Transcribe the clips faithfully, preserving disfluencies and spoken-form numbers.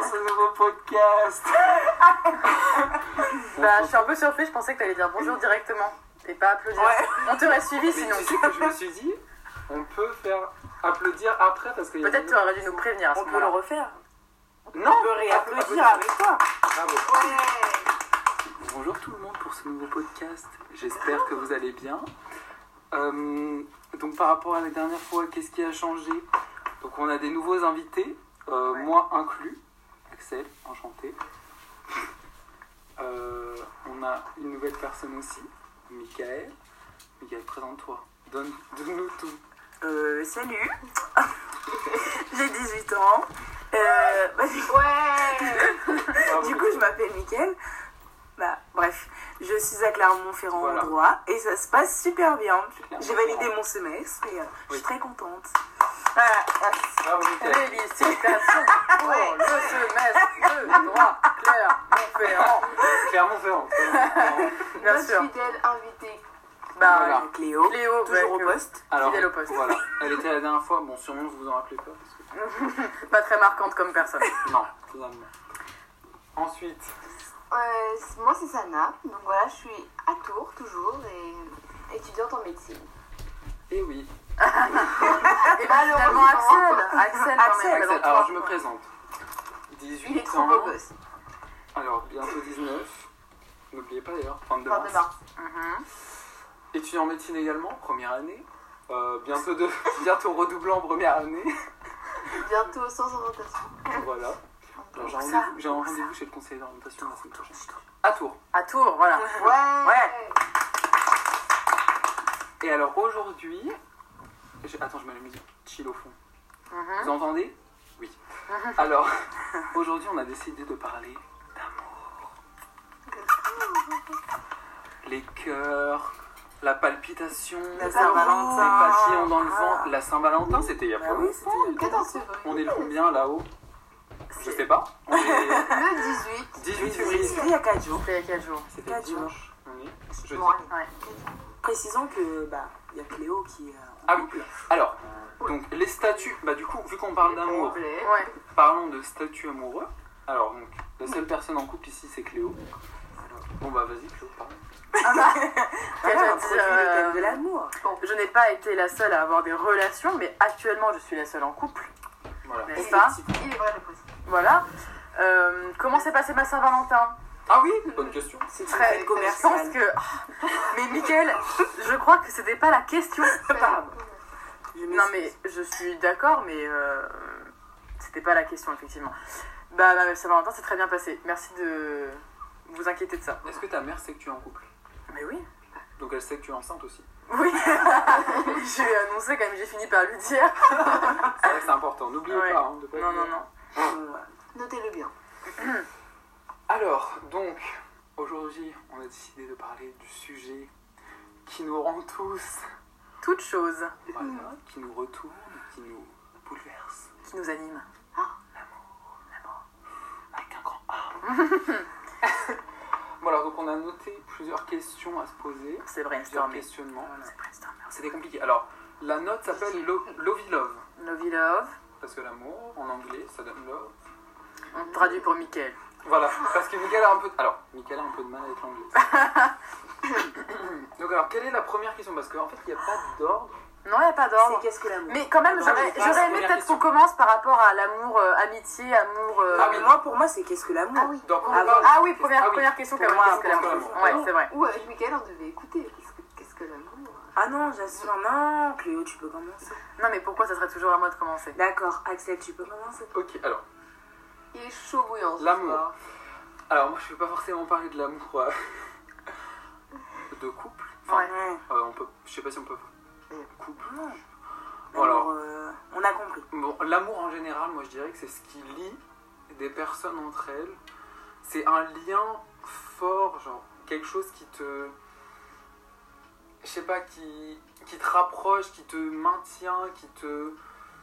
pour ce nouveau podcast. Bah, je suis un peu surprise, je pensais que t'allais dire bonjour directement et pas applaudir. Ouais. On t'aurait suivi Mais sinon. tu sais que je me suis dit, on peut faire applaudir après parce que. Peut-être tu aurais dû nous prévenir à ce On peut le moment-là. refaire. Non. On peut réapplaudir avec toi. Bravo. Ouais. Bonjour tout le monde pour ce nouveau podcast. J'espère que vous allez bien. Euh, donc par rapport à la dernière fois, qu'est-ce qui a changé? Donc on a des nouveaux invités, euh, Ouais. moi inclus. Axel, enchanté. Euh, on a une nouvelle personne aussi, Michael. Michael, présente-toi. Donne, donne-nous tout. Euh, salut. J'ai dix-huit ans. Euh, bah, du, Ouais. Bravo. du coup, je m'appelle Mickaël. Bah, bref, je suis à Clermont-Ferrand Voilà. en droit et ça se passe super bien. Clermont-Ferrand. J'ai validé mon semestre et euh, je Oui. suis très contente. Voilà. Bravo, Michael. Félicitations pour le semestre de droit Clermont-Ferrand. Clermont-Ferrand. Bien Notre sûr. fidèle invitée. Bah, Voilà. Cléo, Cléo, toujours ouais, au poste. Alors, Fidèle au poste. voilà, elle était la dernière fois, bon sûrement vous vous en rappelez pas parce que... pas très marquante comme personne. Non, finalement. Ensuite, Euh, moi c'est Sana, donc voilà, je suis à Tours toujours et étudiante en médecine. eh oui, Et bah, finalement Axel. Axel quand Axel, même. Axel, présente-toi. alors je me présente. Il est dix-huit trop ans, beau gosse. alors bientôt dix-neuf, n'oubliez pas d'ailleurs, fin de Fin de mars. mars. Mhm. Étudiant en médecine également, première année. Euh, bientôt, de, bientôt redoublant en première année. Bientôt sans orientation. Voilà. Alors, j'ai Ça. rendez-vous, j'ai un rendez-vous chez le conseiller d'orientation la semaine prochaine. À Tours. À Tours, voilà. Ouais. Ouais. Et alors aujourd'hui, je- attends, je mets la musique chill au fond. Mhm. Vous entendez? Oui. Alors, aujourd'hui, on a décidé de parler d'amour. Les cœurs, la palpitation, La les Saint-Valentin. papillons dans le Ah. ventre. La Saint-Valentin, c'était il y a Bah pas oui, longtemps. c'était il y a quatorze février. On est le combien là-haut? Je C'est- sais pas. On est Le dix-huit. dix-huit février. C'était il y a quatre jours. C'était il y a quel jour? C'était Quatre dimanche. On est jeudi. Bon, allez. Ouais. Précisons que bah il y a Cléo qui est en Ah oui. couple. Alors, donc les statuts, bah du coup, vu qu'on parle d'amour, Complet. Ouais. parlons de statut amoureux. Alors, donc, la seule personne en couple ici, c'est Cléo. Bon, bah, vas-y, Cléo, parle. Qu'est-ce Voilà, que on je produit dis, le euh, thème de l'amour. Je n'ai pas été la seule à avoir des relations, mais actuellement je suis la seule en couple, Voilà. n'est-ce pas? Il est vrai, le précis. Voilà. Euh, comment s'est passé ma Saint-Valentin? Ah oui, bonne question. C'est Très très Je commercial. pense que. Ah, mais Mickaël, je crois que c'était pas la question. Pardon. Je Non mais je suis d'accord, mais euh, c'était pas la question effectivement. Bah ma Saint-Valentin s'est très bien passé. Merci de vous inquiéter de ça. Est-ce que ta mère sait que tu es en couple? Mais oui. Donc, elle sait que tu es enceinte aussi. Oui. J'ai annoncé quand même, j'ai fini par lui dire. C'est vrai que c'est important. N'oubliez Ouais. pas. Hein, de pas Non le non dire. non. Voilà. Notez-le bien. Alors, donc, aujourd'hui, on a décidé de parler du sujet qui nous rend tous, Toute chose voilà, qui nous retourne, qui nous bouleverse. qui nous anime. Avec un grand A. Voilà, donc on a noté plusieurs questions à se poser, C'est plusieurs brainstorming. questionnements. C'est brainstorming. C'était compliqué. Alors, la note s'appelle Lo- Lovey Love, Lovey love. parce que l'amour, en anglais, ça donne love. On traduit pour Mickaël. Voilà, parce que Mickaël a un peu de... Alors, Mickaël a un peu de mal avec l'anglais. Donc alors, quelle est la première question? Parce qu'en fait, il n'y a pas d'ordre. Non, il n'y a pas C'est d'ordre. qu'est-ce que l'amour? Mais quand même, Non, j'aurais mais pas j'aurais la aimé première peut-être question. qu'on commence par rapport à l'amour, euh, amitié, amour. euh, Ah mais moi pour moi c'est qu'est-ce que l'amour? Ah oui. Donc, on Ah parle- Ah oui, première, Ah oui. première question Pour quand moi, même. Qu'est-ce que pour l'amour? moi. Ouais, c'est vrai. Ou avec Mickaël, on devait écouter. Qu'est-ce que, qu'est-ce que l'amour? Ah non, j'assure, non, Cléo, tu peux commencer. Non, mais pourquoi ça serait toujours à moi de commencer? D'accord, Axel, tu peux commencer. Ok, alors, Il est chaud bouillant. ce L'amour. soir. alors moi, je ne vais pas forcément parler de l'amour euh, de couple. Enfin, Ouais. Ouais. euh, on peut, je sais pas si on peut... Couple. Non. Bon, alors, Alors, euh, on a compris. bon, l'amour en général, moi je dirais que c'est ce qui lie des personnes entre elles. C'est un lien fort, genre quelque chose qui te... Je sais pas, qui, qui te rapproche, qui te maintient, qui te...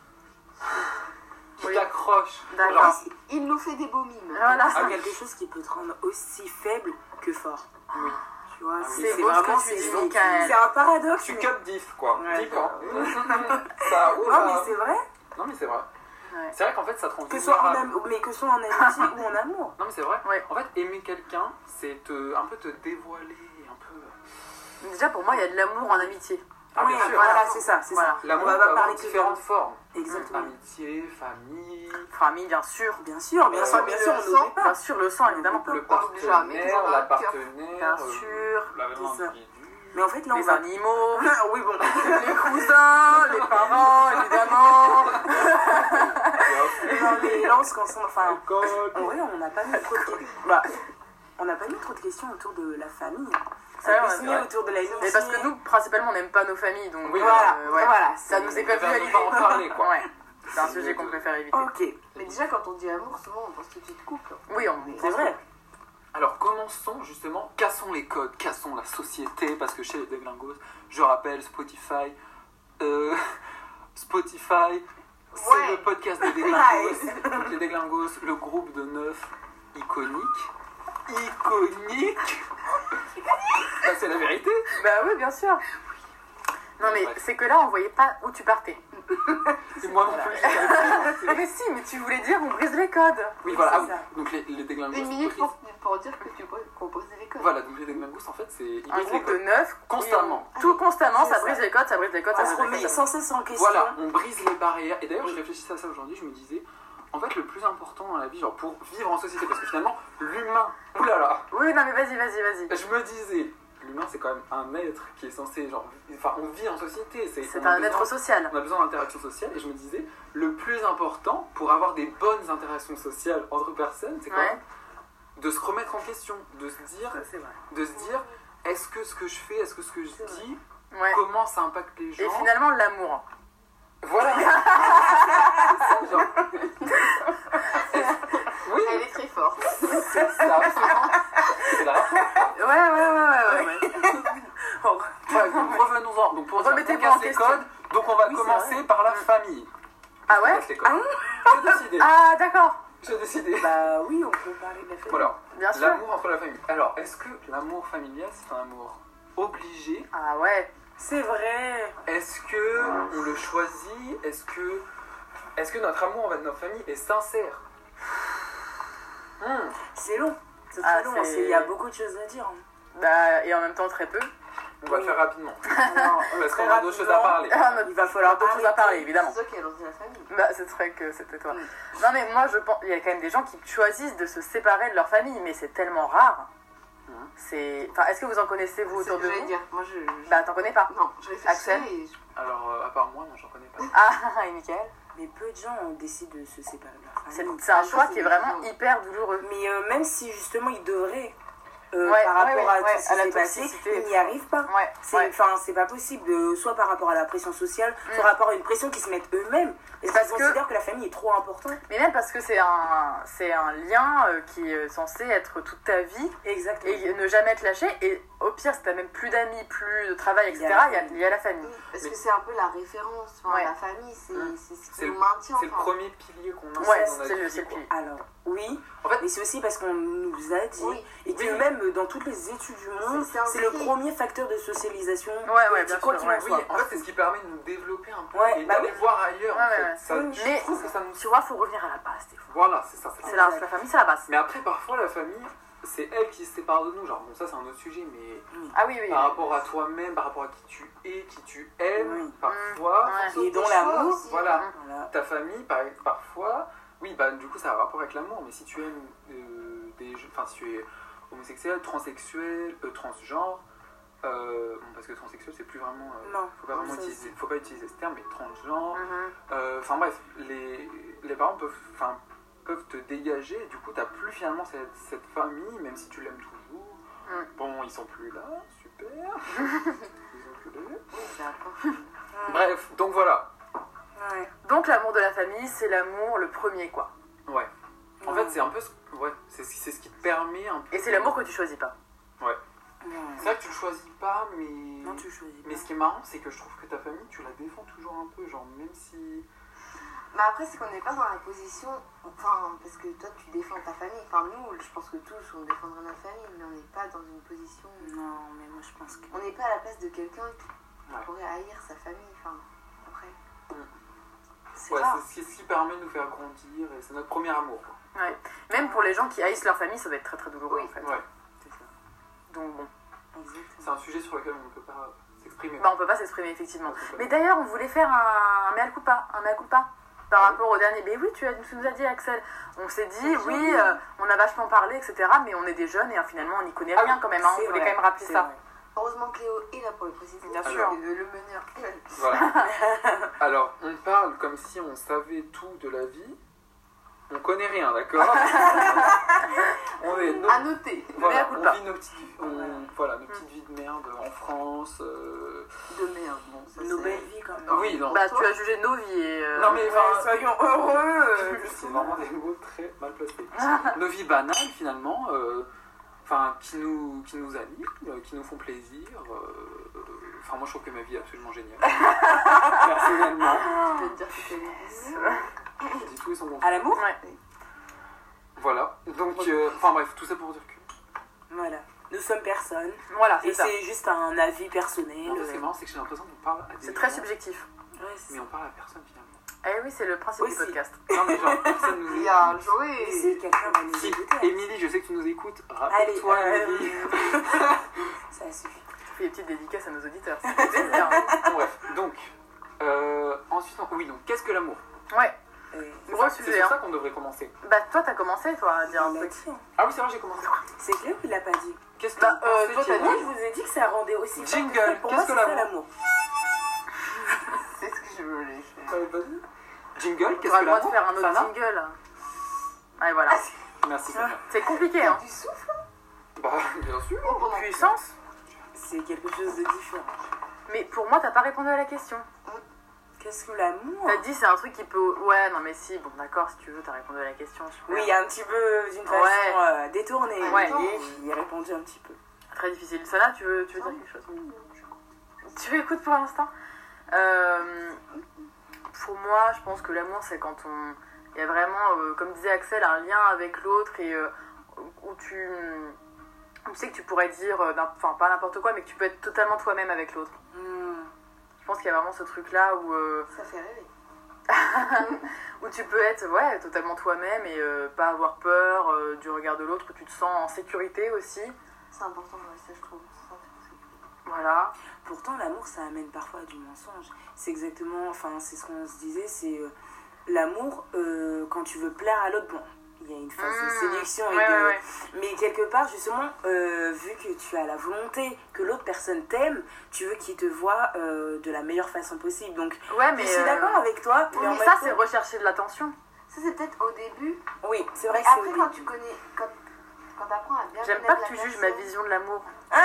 qui Oui. t'accroche. D'accord. Genre, Il nous fait des beaux mimes. Voilà. C'est quelque chose qui peut te rendre aussi faible que fort. oui. Tu vois, Ah oui, c'est c'est beau ce que vraiment tu c'est dis, c'est- Mickaël. c'est un paradoxe. Tu mais- cut diff, quoi. Ouais. Diff, hein. Ça, ouh, Non ça- mais c'est vrai. Non, mais c'est vrai. Ouais. C'est vrai qu'en fait, ça te rend Que ce soit en vulnérable. am- mais que ce soit en amitié ou en amour. Non, mais c'est vrai. Ouais. En fait, aimer quelqu'un, c'est te, un peu te dévoiler, un peu. Déjà, pour moi, il y a de l'amour en amitié. Ah, oui, bien sûr. voilà, c'est ça, c'est Voilà. ça. L'amour On peut va pas avoir parler que différentes de- formes. Exactement. Amitié, famille, Famille, bien sûr. Bien sûr, bien Euh, sûr, bien sûr, on le n'oublie Bien pas. sûr, le sang, évidemment. le On oublie jamais qu'ils partenaire, ont la un cœur. partenaire, Bien euh, sûr. la même C'est ça. individu. Mais en fait, là, on Les va... animaux, oui, bon. les cousins, les parents, évidemment. Non, mais là, on se concentre... Enfin, L'école. en vrai, on n'a pas mis trop de questions. Bah, on n'a pas mis trop de questions autour de la famille. C'est vrai, On a ouais, plus c'est mis vrai. autour de la Mais parce que nous, principalement, on n'aime pas nos familles, donc Oui, euh, Voilà, ouais. voilà. Ça nous est pas Je venu à préfère ne l'idée. pas en parler, quoi. Ouais. C'est un sujet qu'on préfère éviter. Ok, Mais déjà, quand on dit amour, souvent on pense tout de suite couple. Oui, on c'est vrai. Alors commençons justement, cassons les codes, cassons la société, parce que chez les Déglingos, je rappelle Spotify, euh, Spotify, c'est Ouais. le podcast des Déglingos. Donc les Déglingos, le groupe de neuf iconique, iconique. Bah, c'est la vérité. Bah oui, bien sûr. Non mais Ouais. c'est que là on voyait pas où tu partais. Et moi non plus. Mais si, mais tu voulais dire on brise les codes. Oui voilà, ah, C'est ça. oui. Donc les, les Déglingos. Une minute brisent- pour, pour dire que tu qu'on brise les codes. Voilà, donc les Déglingos en fait c'est ils Un brisent les groupe de codes. neuf. Constamment. et on- Tout constamment, C'est ça ça. brise les codes, ça brise les codes, ça On brise se les remet codes. sans cesse en question. Voilà, on brise les barrières. Et d'ailleurs, je réfléchissais à ça aujourd'hui, je me disais, en fait, le plus important dans la vie, genre pour vivre en société, parce que finalement, l'humain, oulala, Oui, non mais vas-y, vas-y, vas-y. je me disais, l'humain c'est quand même un être qui est censé, genre, enfin, on vit en société, c'est C'est on a un besoin- être social. On a besoin d'interaction sociale, et je me disais, le plus important pour avoir des bonnes interactions sociales entre personnes, c'est quand Ouais. même de se remettre en question, de se dire, Ça, c'est vrai. de se dire, est-ce que ce que je fais, est-ce que ce que je C'est dis, Ouais. comment ça impacte les gens. Et finalement l'amour. Voilà. Genre, oui, Elle est très forte. c'est ça, absolument. C'est la Ouais, ouais, ouais, ouais, ouais. Oh, Ouais, donc revenons-en. Donc pour dire, Remettez-vous on casse en les question. codes, donc on va Oui, c'est commencer par la famille. Ah On ouais casse les codes. J'ai décidé. Ah d'accord. J'ai décidé. bah oui, on peut parler de la famille. Voilà. Bien sûr. L'amour entre la famille. Alors, est-ce que l'amour familial, c'est un amour obligé? Ah ouais. C'est vrai. Est-ce que on le choisit? Est-ce que, est-ce que notre amour envers notre famille est sincère? Hmm. C'est long. C'est Ah, très long. c'est- c'est- Il y a beaucoup de choses à dire. hein. Bah et en même temps très peu. On va Oui. faire rapidement. Alors, euh, Parce très qu'on a d'autres choses à rapidement, parler. Ah, Il va falloir d'autres choses à parler évidemment. C'est toi qui as lancé la famille. Bah c'est vrai que c'était toi. Mm. Non mais moi je pense, il y a quand même des gens qui choisissent de se séparer de leur famille, mais c'est tellement rare. Mhm. C'est, enfin est-ce que vous en connaissez vous C'est autour ce de que j'allais vous? dire. Moi, je. je- Bah t'en connais pas. Non, je réfléchis Axel et je- Alors, euh, à part moi, non, j'en connais pas. Ah et Mickaël. Mais peu de gens décident de se séparer de leur C'est, famille. c'est un Ça, choix c'est qui est des vraiment gens. hyper douloureux. Mais euh, même si justement ils devraient, euh, Ouais, par ouais, rapport ouais, à ouais, tout ce à la qui s'est passé, toxicité et ils tout. n'y arrivent pas. Ouais. C'est, ouais. enfin, c'est pas possible, euh, soit par rapport à la pression sociale, Mm. soit par rapport à une pression qu'ils se mettent eux-mêmes. Parce Parce qu'ils que- considèrent que la famille est trop importante. Mais même parce que c'est un, c'est un lien euh, qui est censé être toute ta vie Exactement. et ne jamais te lâcher. Et au pire, si t'as même plus d'amis, plus de travail, Il et y cetera, a il la y a, famille. il y a la famille. Parce Mais- que c'est un peu la référence. Enfin, Ouais. La famille, c'est Mm. c'est ce C'est qui le- nous maintient. C'est le enfin. premier pilier qu'on a Ouais, dans c'est notre le, vie, c'est le quoi. pilier. Alors, oui, En fait, mais c'est aussi parce qu'on nous a dit, Oui. et que Oui. même dans toutes les études du monde, C'est- c'est c'est le inscrit. premier facteur de socialisation. Ouais, ouais, bien quoi sûr, qu'il ouais. en oui, soit. en fait, c'est ce qui permet de nous développer un peu Ouais, et bah d'aller oui. voir ailleurs. Ouais, en fait. ouais, ouais. Ça, Oui. je Mais- trouve que ça nous. Tu vois, faut revenir à la base des fois. Voilà, c'est ça. c'est ça. C'est la, la famille, c'est la base. Mais après, parfois, la famille, c'est elle qui se sépare de nous. Genre, bon, ça, c'est un autre sujet, mais Ah oui, oui. par rapport à toi-même, par rapport à qui tu es, qui tu aimes, Oui. parfois, Ouais. Et Tes dont choix l'amour, aussi. voilà. Voilà. Ta famille, par- parfois, oui, bah, du coup, ça a un rapport avec l'amour, mais si tu aimes euh, des jeux, enfin, si tu es homosexuel, transsexuel, euh, transgenre, euh, bon, parce que transsexuel, c'est plus vraiment. euh, Non, faut pas vraiment ça, utiliser, faut pas utiliser ce terme, mais transgenre. Mhm. Euh, Enfin bref, les, les parents peuvent, enfin, peuvent te dégager, et du coup t'as plus finalement cette, cette famille, même si tu l'aimes toujours. Mm. Bon, ils sont plus là, super. Ils ont plus là. Oui, c'est après. Bref, donc voilà. Ouais. Donc l'amour de la famille, c'est l'amour le premier, quoi. Ouais. En Ouais. fait, c'est un peu, ce- ouais, c'est ce c'est ce qui te permet un peu. Et c'est l'amour que tu choisis pas. Ouais. C'est vrai que tu le choisis pas, mais. Non, tu choisis Mais pas. ce qui est marrant, c'est que je trouve que ta famille, tu la défends toujours un peu, genre même si. Mais après, c'est qu'on n'est pas dans la position. Enfin, parce que toi, tu défends ta famille. Enfin, nous, je pense que tous, on défendrait notre famille, mais on n'est pas dans une position. Non, mais moi je pense que. On n'est pas à la place de quelqu'un qui Ouais. pourrait haïr sa famille. Enfin, après. Mm. c'est Ouais, rare. c'est ce qui permet de nous faire grandir et c'est notre premier amour. Quoi. Ouais. Même pour les gens qui haïssent leur famille, ça va être très très douloureux Oui. en fait. Ouais. C'est ça. Donc bon, Exactement. C'est un sujet sur lequel on ne peut pas s'exprimer. bah on peut pas s'exprimer effectivement. Mais d'ailleurs, on voulait faire un, un mea culpa, un mea culpa par rapport au dernier. Mais oui, tu, as, tu nous as dit, Axel. On s'est dit, oui, euh, on a vachement parlé, et cetera. Mais on est des jeunes et euh, finalement, on n'y connaît Ah rien oui, quand même. Hein. C'est On voulait vrai, quand même rappeler c'est ça. vrai. Heureusement Cléo est là pour le préciser. Bien parce sûr. que Le, le meneur. Voilà. Alors, on parle comme si on savait tout de la vie. On connaît rien, d'accord? On est nos, À noter. voilà, Mea culpa. on vit nos petites, on- voilà, nos petites vies de merde en France. euh, De merde. Bon, ça, Nos c'est- belles vies quand même. Oui, non. Bah, tu as jugé nos vies et. euh, Non, mais Ouais, enfin, soyons heureux. c'est vraiment des mots très mal placés. Nos vies banales, finalement, euh, enfin, qui nous, qui nous animent, euh, qui nous font plaisir. euh, Enfin, moi, je trouve que ma vie est absolument géniale. Personnellement, Je vais te dire que t'es une- je dis tout et son bon. À l'amour. Ouais. Voilà. Donc, euh, enfin bref, tout ça pour dire que. Voilà. Nous sommes personnes. Voilà, c'est Et ça. c'est juste un avis personnel. En fait, ce qui est marrant, c'est que j'ai l'impression qu'on parle à des C'est très gens, subjectif. Ouais, c'est mais on parle à personne finalement. Eh oui, c'est le principe Aussi. du podcast. Non, mais genre, personne nous Il y écoute. a Et Joé. si quelqu'un va nous Si, écouter. Émilie, je sais que tu nous écoutes. Rappelle-toi, Allez, euh, Émilie. Ça suffit. Tu fais des petites dédicaces à nos auditeurs. Ça fait plaisir. Bon, bref, donc. euh, ensuite, on- oui, donc, qu'est-ce que l'amour? Ouais, Euh, gros C'est sujet. sur Hein. ça qu'on devrait commencer. Bah, toi, t'as commencé, toi, à dire un on l'a truc. dit, hein. Ah oui, c'est vrai, j'ai commencé. C'est Cléo qui l'a pas dit. Qu'est-ce que Bah, vous euh, pensez toi, qu'il y t'as a- Moi, je vous ai dit que ça rendait aussi. Jingle, fort que pour moi, qu'est-ce que c'est ça, l'amour l'amour. C'est ce que je voulais faire. T'avais pas dit Jingle, Tu qu'est-ce auras que le droit de l'amour faire un autre Sana jingle. Ouais, voilà. Merci, Sana. C'est compliqué, hein. Du souffle. Bah, bien sûr. Oh, pendant- Puissance. C'est quelque chose de différent. Mais pour moi, t'as pas répondu à la question. Qu'est-ce que l'amour? T'as dit c'est un truc qui peut. Ouais, non, mais si, bon, d'accord, si tu veux, t'as répondu à la question. super. Oui, un petit peu d'une façon Ouais. euh, détournée. Ouais. Mais j'y ai répondu un petit peu. Très difficile. Sana, tu veux, tu veux dire quelque chose? Tu écoutes pour l'instant. Euh, pour moi, je pense que l'amour, c'est quand on. Il y a vraiment, euh, comme disait Axel, un lien avec l'autre et euh, où tu. Tu sais que tu pourrais dire, euh, n'im- enfin, pas n'importe quoi, mais que tu peux être totalement toi-même avec l'autre. Hmm. Je pense qu'il y a vraiment ce truc-là où. euh, Ça fait rêver. où tu peux être ouais, totalement toi-même et euh, pas avoir peur euh, du regard de l'autre, où tu te sens en sécurité aussi. C'est important, ouais, ça je trouve. Ça, c'est cool. Voilà. Pourtant, l'amour, ça amène parfois à du mensonge. C'est exactement, enfin, c'est ce qu'on se disait, c'est euh, l'amour, euh, quand tu veux plaire à l'autre, bon, il y a une phase de Mmh. séduction, et Ouais, de- ouais, ouais. mais quelque part, justement, euh, vu que tu as la volonté que l'autre personne t'aime, tu veux qu'il te voit euh, de la meilleure façon possible. Donc, Ouais, mais. je suis euh, d'accord avec toi. oui, mais en mais même ça, temps- c'est rechercher de l'attention. Ça, c'est peut-être au début. Oui, c'est vrai Mais que c'est après, au quand début. tu connais. Quand, quand t'apprends à bien J'aime pas connaître que tu la juges ma personne- vision de l'amour.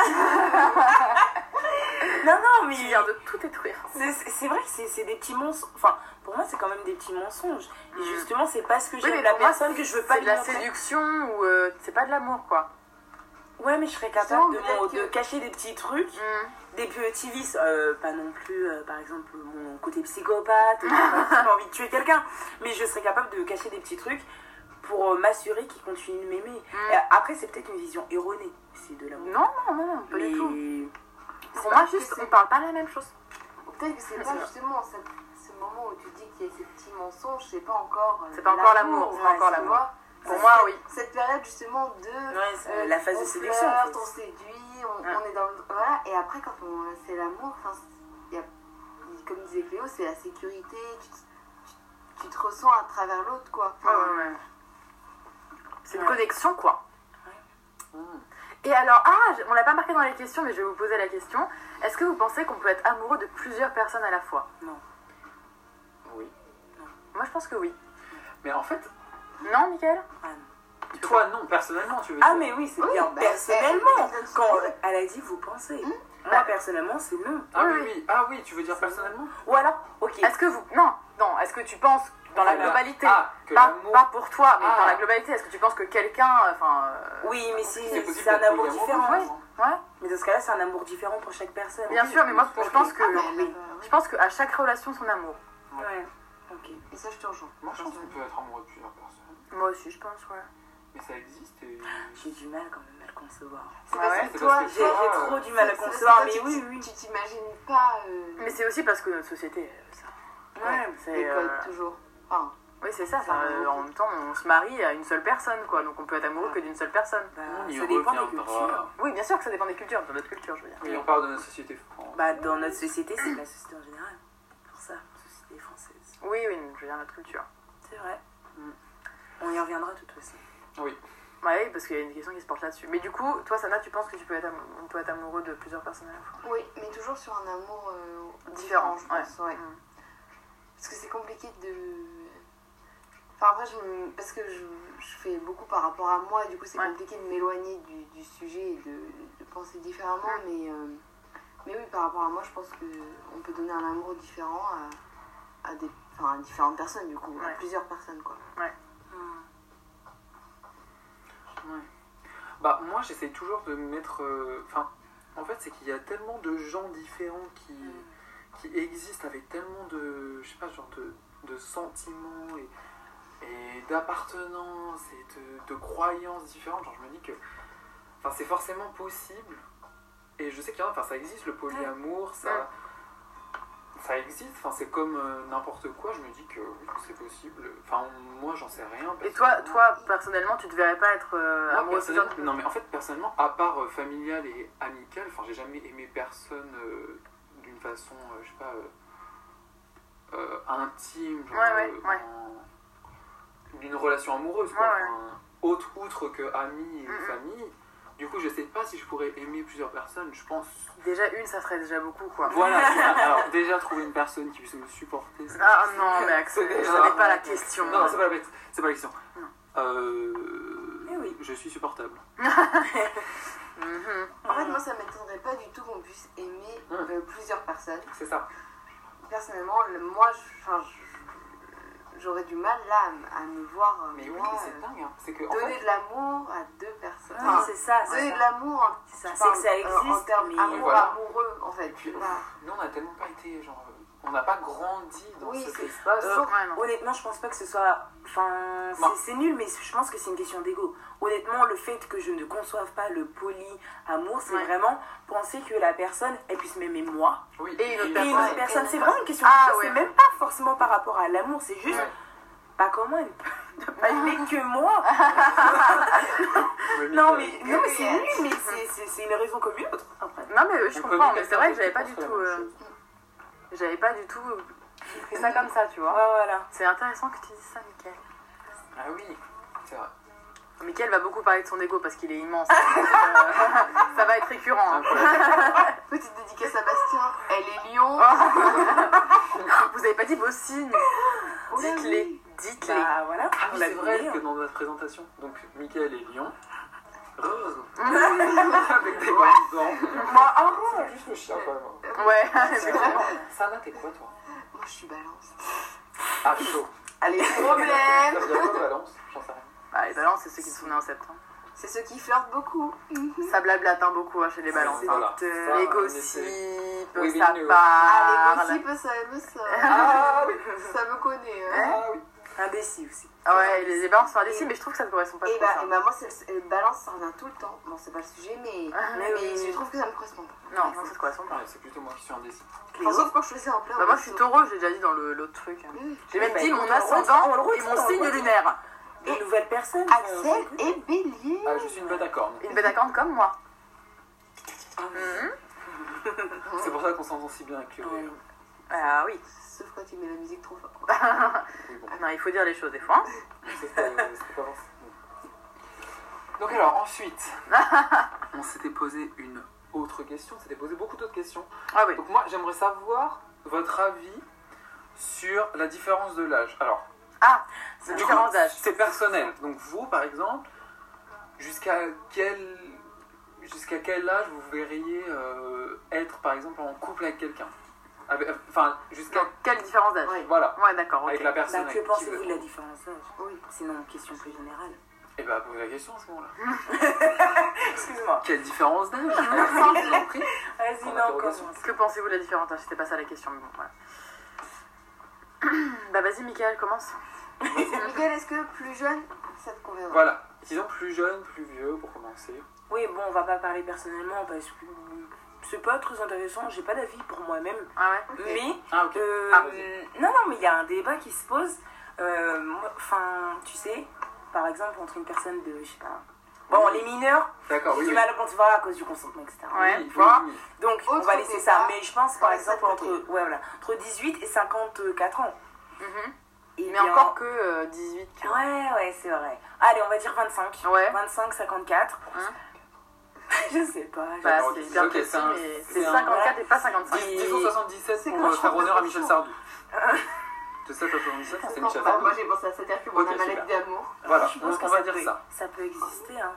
Non, non, mais Tu viens de tout détruire. c'est c'est vrai que c'est c'est des petits mensonges. Enfin, pour moi, c'est quand même des petits mensonges. Et Mm. justement, c'est parce que Oui, j'aime mais la pour moi, personne que je veux pas C'est de lui la montrer. séduction ou euh, c'est pas de l'amour, quoi. Ouais, mais je serais Justement, capable de, peut-être mon- que- de cacher des petits trucs, Mm. des petits vices. Euh, pas non plus, euh, par exemple, mon côté psychopathe, j'ai pas forcément envie de tuer quelqu'un. Mais je serais capable de cacher des petits trucs pour euh, m'assurer qu'il continue de m'aimer. Mm. Et après, c'est peut-être une vision erronée. C'est de l'amour. Non, non, non, non, pas Mais du tout. C'est Pour pas moi, que juste, c'est- on parle pas la même chose. Ou peut-être que c'est Mais pas c'est justement cette- ce moment où tu dis qu'il y a ces petits mensonges, c'est pas encore. euh, C'est pas encore l'amour, c'est pas ouais, encore c'est Tu l'amour. vois Pour C'est moi, cette- oui. Cette période justement de. Ouais, c'est euh, la phase on de séduction. flirte, en fait. on séduit, on, Ouais. on est dans le. Voilà, et après, quand on, c'est l'amour, enfin, il y a, comme disait Cléo, c'est la sécurité, tu te, tu, tu te ressens à travers l'autre, quoi. Ouais, Enfin, ouais, ouais. C'est une Ouais. connexion, quoi. Mmh. Et alors, ah, je- on l'a pas marqué dans les questions, mais je vais vous poser la question. Est-ce que vous pensez qu'on peut être amoureux de plusieurs personnes à la fois? Oui. Moi, je pense que oui. Mais en fait, Non, Mickaël? Ah, non. toi, non, personnellement, tu veux Ah, dire. mais oui, c'est Oui, bien bah, personnellement. elle- elle- elle- Quand elle a dit, vous pensez. Moi, personnellement, c'est non. Ah oui, Oui, oui. Ah oui, tu veux dire personnellement Ou alors, ok. Est-ce que vous... Non, non, est-ce que tu penses, dans la Que la- globalité, Ah, que pas, l'amour. pas pour toi, mais Ah. dans la globalité, est-ce que tu penses que quelqu'un... Enfin... euh, Oui, mais si C'est possible c'est un d'être amour polyamoureux, différent. finalement. Ouais, Mais dans ce cas-là, c'est un amour différent pour chaque personne. bien sûr, mais moi, je pense que... Ah, bah, oui. bah, Je ouais. pense qu'à chaque relation, son amour. Ouais. Ok. Et ça, je te rejoins. Moi, je pense qu'on peut être amoureux de plusieurs personnes. Moi aussi, je pense, ouais. Mais ça existe et. J'ai du mal quand même à le concevoir. C'est Ah parce ouais, que c'est toi, parce que J'ai toi, j'ai euh, trop du mal à c'est- c'est concevoir, parce mais que oui, tu- oui. Tu t'imagines pas. euh, Mais c'est aussi parce que notre société, euh, ça... Ouais, c'est. L'école, euh, toujours. Enfin, Oui, c'est ça. Ça ça, va euh, beaucoup. en même temps, on se marie à une seule personne, quoi. Donc on peut être amoureux que d'une seule personne. Bah, On y ça dépend des reviendra. cultures. Oui, bien sûr que ça dépend des cultures, de notre culture, je veux dire. Oui, on parle de notre société française. Bah, dans notre société, c'est la société en général. Pour ça, société française. Oui, oui, je veux dire notre culture. C'est vrai. Mm. On y reviendra de toute façon. Oui. Ouais, parce qu'il y a une question qui se porte là-dessus. Mais du coup, toi, Sana, tu penses que tu peux être, am- on peut être amoureux de plusieurs personnes à la fois? oui, mais toujours sur un amour euh, Différent, différent, je pense. Ouais. Mm. Parce que c'est compliqué de. Enfin, après, je me... parce que je... je fais beaucoup par rapport à moi, du coup, c'est Ouais. compliqué de m'éloigner du... du sujet et de... de penser différemment. Mm. Mais... euh, mais oui, par rapport à moi, je pense qu'on peut donner un amour différent à, à, des... enfin, à différentes personnes, du coup, Ouais. à plusieurs personnes, quoi. Ouais. Bah, moi, j'essaie toujours de me mettre. euh, Enfin, en fait, c'est qu'il y a tellement de gens différents qui, qui existent avec tellement de. Je sais pas, genre de, de sentiments et, et d'appartenance et de, de croyances différentes. Genre, je me dis que. Enfin, c'est forcément possible. Et je sais qu'il y en a. Enfin, ça existe, le polyamour, ça. Ouais. Ça existe, enfin, c'est comme euh, n'importe quoi, je me dis que oui, c'est possible. Enfin, moi, j'en sais rien. Et toi, personnellement. toi, personnellement, tu te verrais pas être euh, Moi, amoureux de personnellement- plusieurs- non mais en fait personnellement à part euh, familial et amical, enfin j'ai jamais aimé personne euh, d'une façon euh, je sais pas euh, euh, intime, genre Ouais, ouais, euh, ouais. en- d'une relation amoureuse quoi, Ouais, ouais. enfin, autre outre que amis et Mhm. famille. Du coup je sais pas si je pourrais aimer plusieurs personnes, je pense. Déjà une, ça serait déjà beaucoup, quoi. Voilà, tu vois, alors déjà trouver une personne qui puisse me supporter. c'est- Ah non, mais Axel, C'est- ce Ah, n'est pas la ouais. question. Non, c'est pas la c'est pas la question. Non. Euh, Eh oui. Je suis supportable. Mhm. En fait, moi, ça m'étonnerait pas du tout qu'on puisse aimer Mm. euh, plusieurs personnes. C'est ça. Personnellement, le- moi, je- enfin, je- j'aurais du mal là à, m- à me voir, euh, Mais oui, moi, mais c'est euh, dingue. Hein. C'est que en donner fait, de l'amour à deux personnes. Oui, Enfin, c'est ça, c'est donner ça. de l'amour, en- C'est ça, je c'est parle, que ça euh, existe, en termes mais amour voilà. amoureux, en fait. Puis, Voilà. nous, on a tellement pas été, genre, on n'a pas grandi dans Oui, cet c'est- espace. Euh, Ouais, non. Honnêtement, je pense pas que ce soit. Enfin, Non. c'est- c'est nul, mais je pense que c'est une question d'ego. Honnêtement, le fait que je ne conçoive pas le polyamour, c'est Ouais. vraiment penser que la personne, elle puisse m'aimer moi. Oui. Et une autre Et une personne. autre Ouais, personne, et c'est une vraiment une question Ah, d'ego. ouais. C'est même pas forcément par rapport à l'amour, c'est juste. Ouais. Pas comment elle peut ne pas aimer que moi. Oui, Non, mais- mais, non, mais c'est nul, mais c'est- c'est c'est une raison comme une autre. Après. Non, mais je On comprends, peut mais c'est vrai que quelqu'un j'avais pas qui du pense tout. la même euh, chose. J'avais pas du tout pris ça comme ça, tu Ouais, vois. voilà. C'est intéressant que tu dises ça, Mickaël. Ah oui, c'est vrai. Mickaël va beaucoup parler de son ego parce qu'il est immense. Donc, euh, ça va être récurrent. hein. Petite dédicace à Bastien. Elle est Lyon. Vous avez pas dit vos signes. Oh là Dites-les. oui. Dites-les. Bah voilà. Ah on oui, l'a c'est vrai donné, que hein. dans notre présentation, donc Mickaël est Lyon. Rose. Avec des grandes dents. Moi, arrête. C'est juste le chien quand même. Ouais. Sana, t'es quoi toi? Moi, je suis balance. Ah, chaud. Allez, Ça problème. veut dire quoi, Valence? J'en sais rien. Bah, les balances, c'est ceux qui sont nés en septembre. C'est ceux qui flirtent beaucoup. Ça blablate hein, beaucoup hein, chez les balances. C'est hein. voilà. Ça, Les en gossips, Oui, ça mais nous. parle. Ah, les gossips, ça aime ça. Ah oui. Ça me connaît. Hein. Ah oui. Indécis aussi. Ah ouais, les, les balances sont indécis, mais je trouve que ça ne correspond pas Et trop bah, à ça. et bah, moi, c'est le, euh, balance, ça revient tout le temps. Bon, c'est pas le sujet, mais, Ah, mais, oui, oui. je trouve que ça me correspond pas. Non, non, ça ne correspond pas. Ouais, c'est plutôt moi qui suis indécis. Enfin, sauf quand je fais ça en plein. Bah, moi, je suis morceau. taureau, j'ai déjà dit dans le- l'autre truc. hein. Oui. J'ai même Bah, dit écoute, mon on le redit, ascendant on le redit, et on mon le signe redit. lunaire. Des nouvelles personnes. Axel euh, et Bélier. Ah, je suis une bête à cornes. Une bête à cornes comme moi. Ah, Mhm. C'est pour ça qu'on s'entend si bien avec le. ouais. Ah oui. Sauf quand il met la musique trop fort. Oui, bon. Non, il faut dire les choses des fois. C'était euh, c'était pas forcément. Donc alors ensuite, on s'était posé une autre question, on s'était posé beaucoup d'autres questions. Ah oui. Donc moi j'aimerais savoir votre avis sur la différence de l'âge. Alors, Ah, c'est du différents coup, âges. c'est personnel. Donc vous par exemple, jusqu'à quel jusqu'à quel âge vous verriez euh, être par exemple en couple avec quelqu'un? Avec- Enfin jusqu'à Quelle différence d'âge? Ouais. voilà, Ouais, d'accord, ok. avec la personne Bah, que avec qui pensez-vous vous de la différence d'âge? Oui. Sinon, question plus générale. Et bah posez la question à ce moment-là. Excuse-moi. Quelle différence d'âge? Allez-y, je vous en prie. Vas-y, Pour non, l'interrogation. commence. Que pensez-vous de la différence d'âge? C'était pas ça la question, mais bon, voilà. Bah vas-y, Mickaël, commence. Miguel, est-ce que plus jeune, ça te conviendra? Voilà, disons plus jeune, plus vieux pour commencer. Oui, bon, on va pas parler personnellement parce que c'est pas très intéressant, j'ai pas d'avis pour moi-même. Ah ouais. Ok. Mais, Ah, ok. euh, Ah, vas-y. non, non, mais il y a un débat qui se pose. Euh, moi- Enfin, tu sais, par exemple, entre une personne de, je sais pas. Bon, les mineurs, D'accord, j'ai oui. du oui. mal à quantifier à cause du consentement, et cetera. Ouais. Oui, oui, Voilà. oui. Donc, on Autre va laisser débat, ça. Mais je pense, par on exemple, laisse ça de entre, côté. ouais, voilà, entre dix-huit et cinquante-quatre ans. Mhm. Et Mais encore que euh, dix-huit. tu vois. Ouais, ouais, c'est vrai. Allez, on va dire vingt-cinq. Ouais. vingt-cinq, cinquante-quatre. Hein Je sais pas. Bah, D'accord, c'est ok, hyper c'est précis, un- mais c'est c'est un- cinquante-quatre et pas cinquante-cinq. Et- Disons soixante-dix-sept C'est pour quand euh, je faire prends honneur à pas Michel le Sardou. De sept à soixante-dix-sept, c'est Michel Bah, Sardou. moi j'ai pensé à ça, c'est-à-dire que moi, Ok, la maladie super. d'amour. Voilà, Je on, pense que on va ça dire peut, ça. ça peut exister, hein.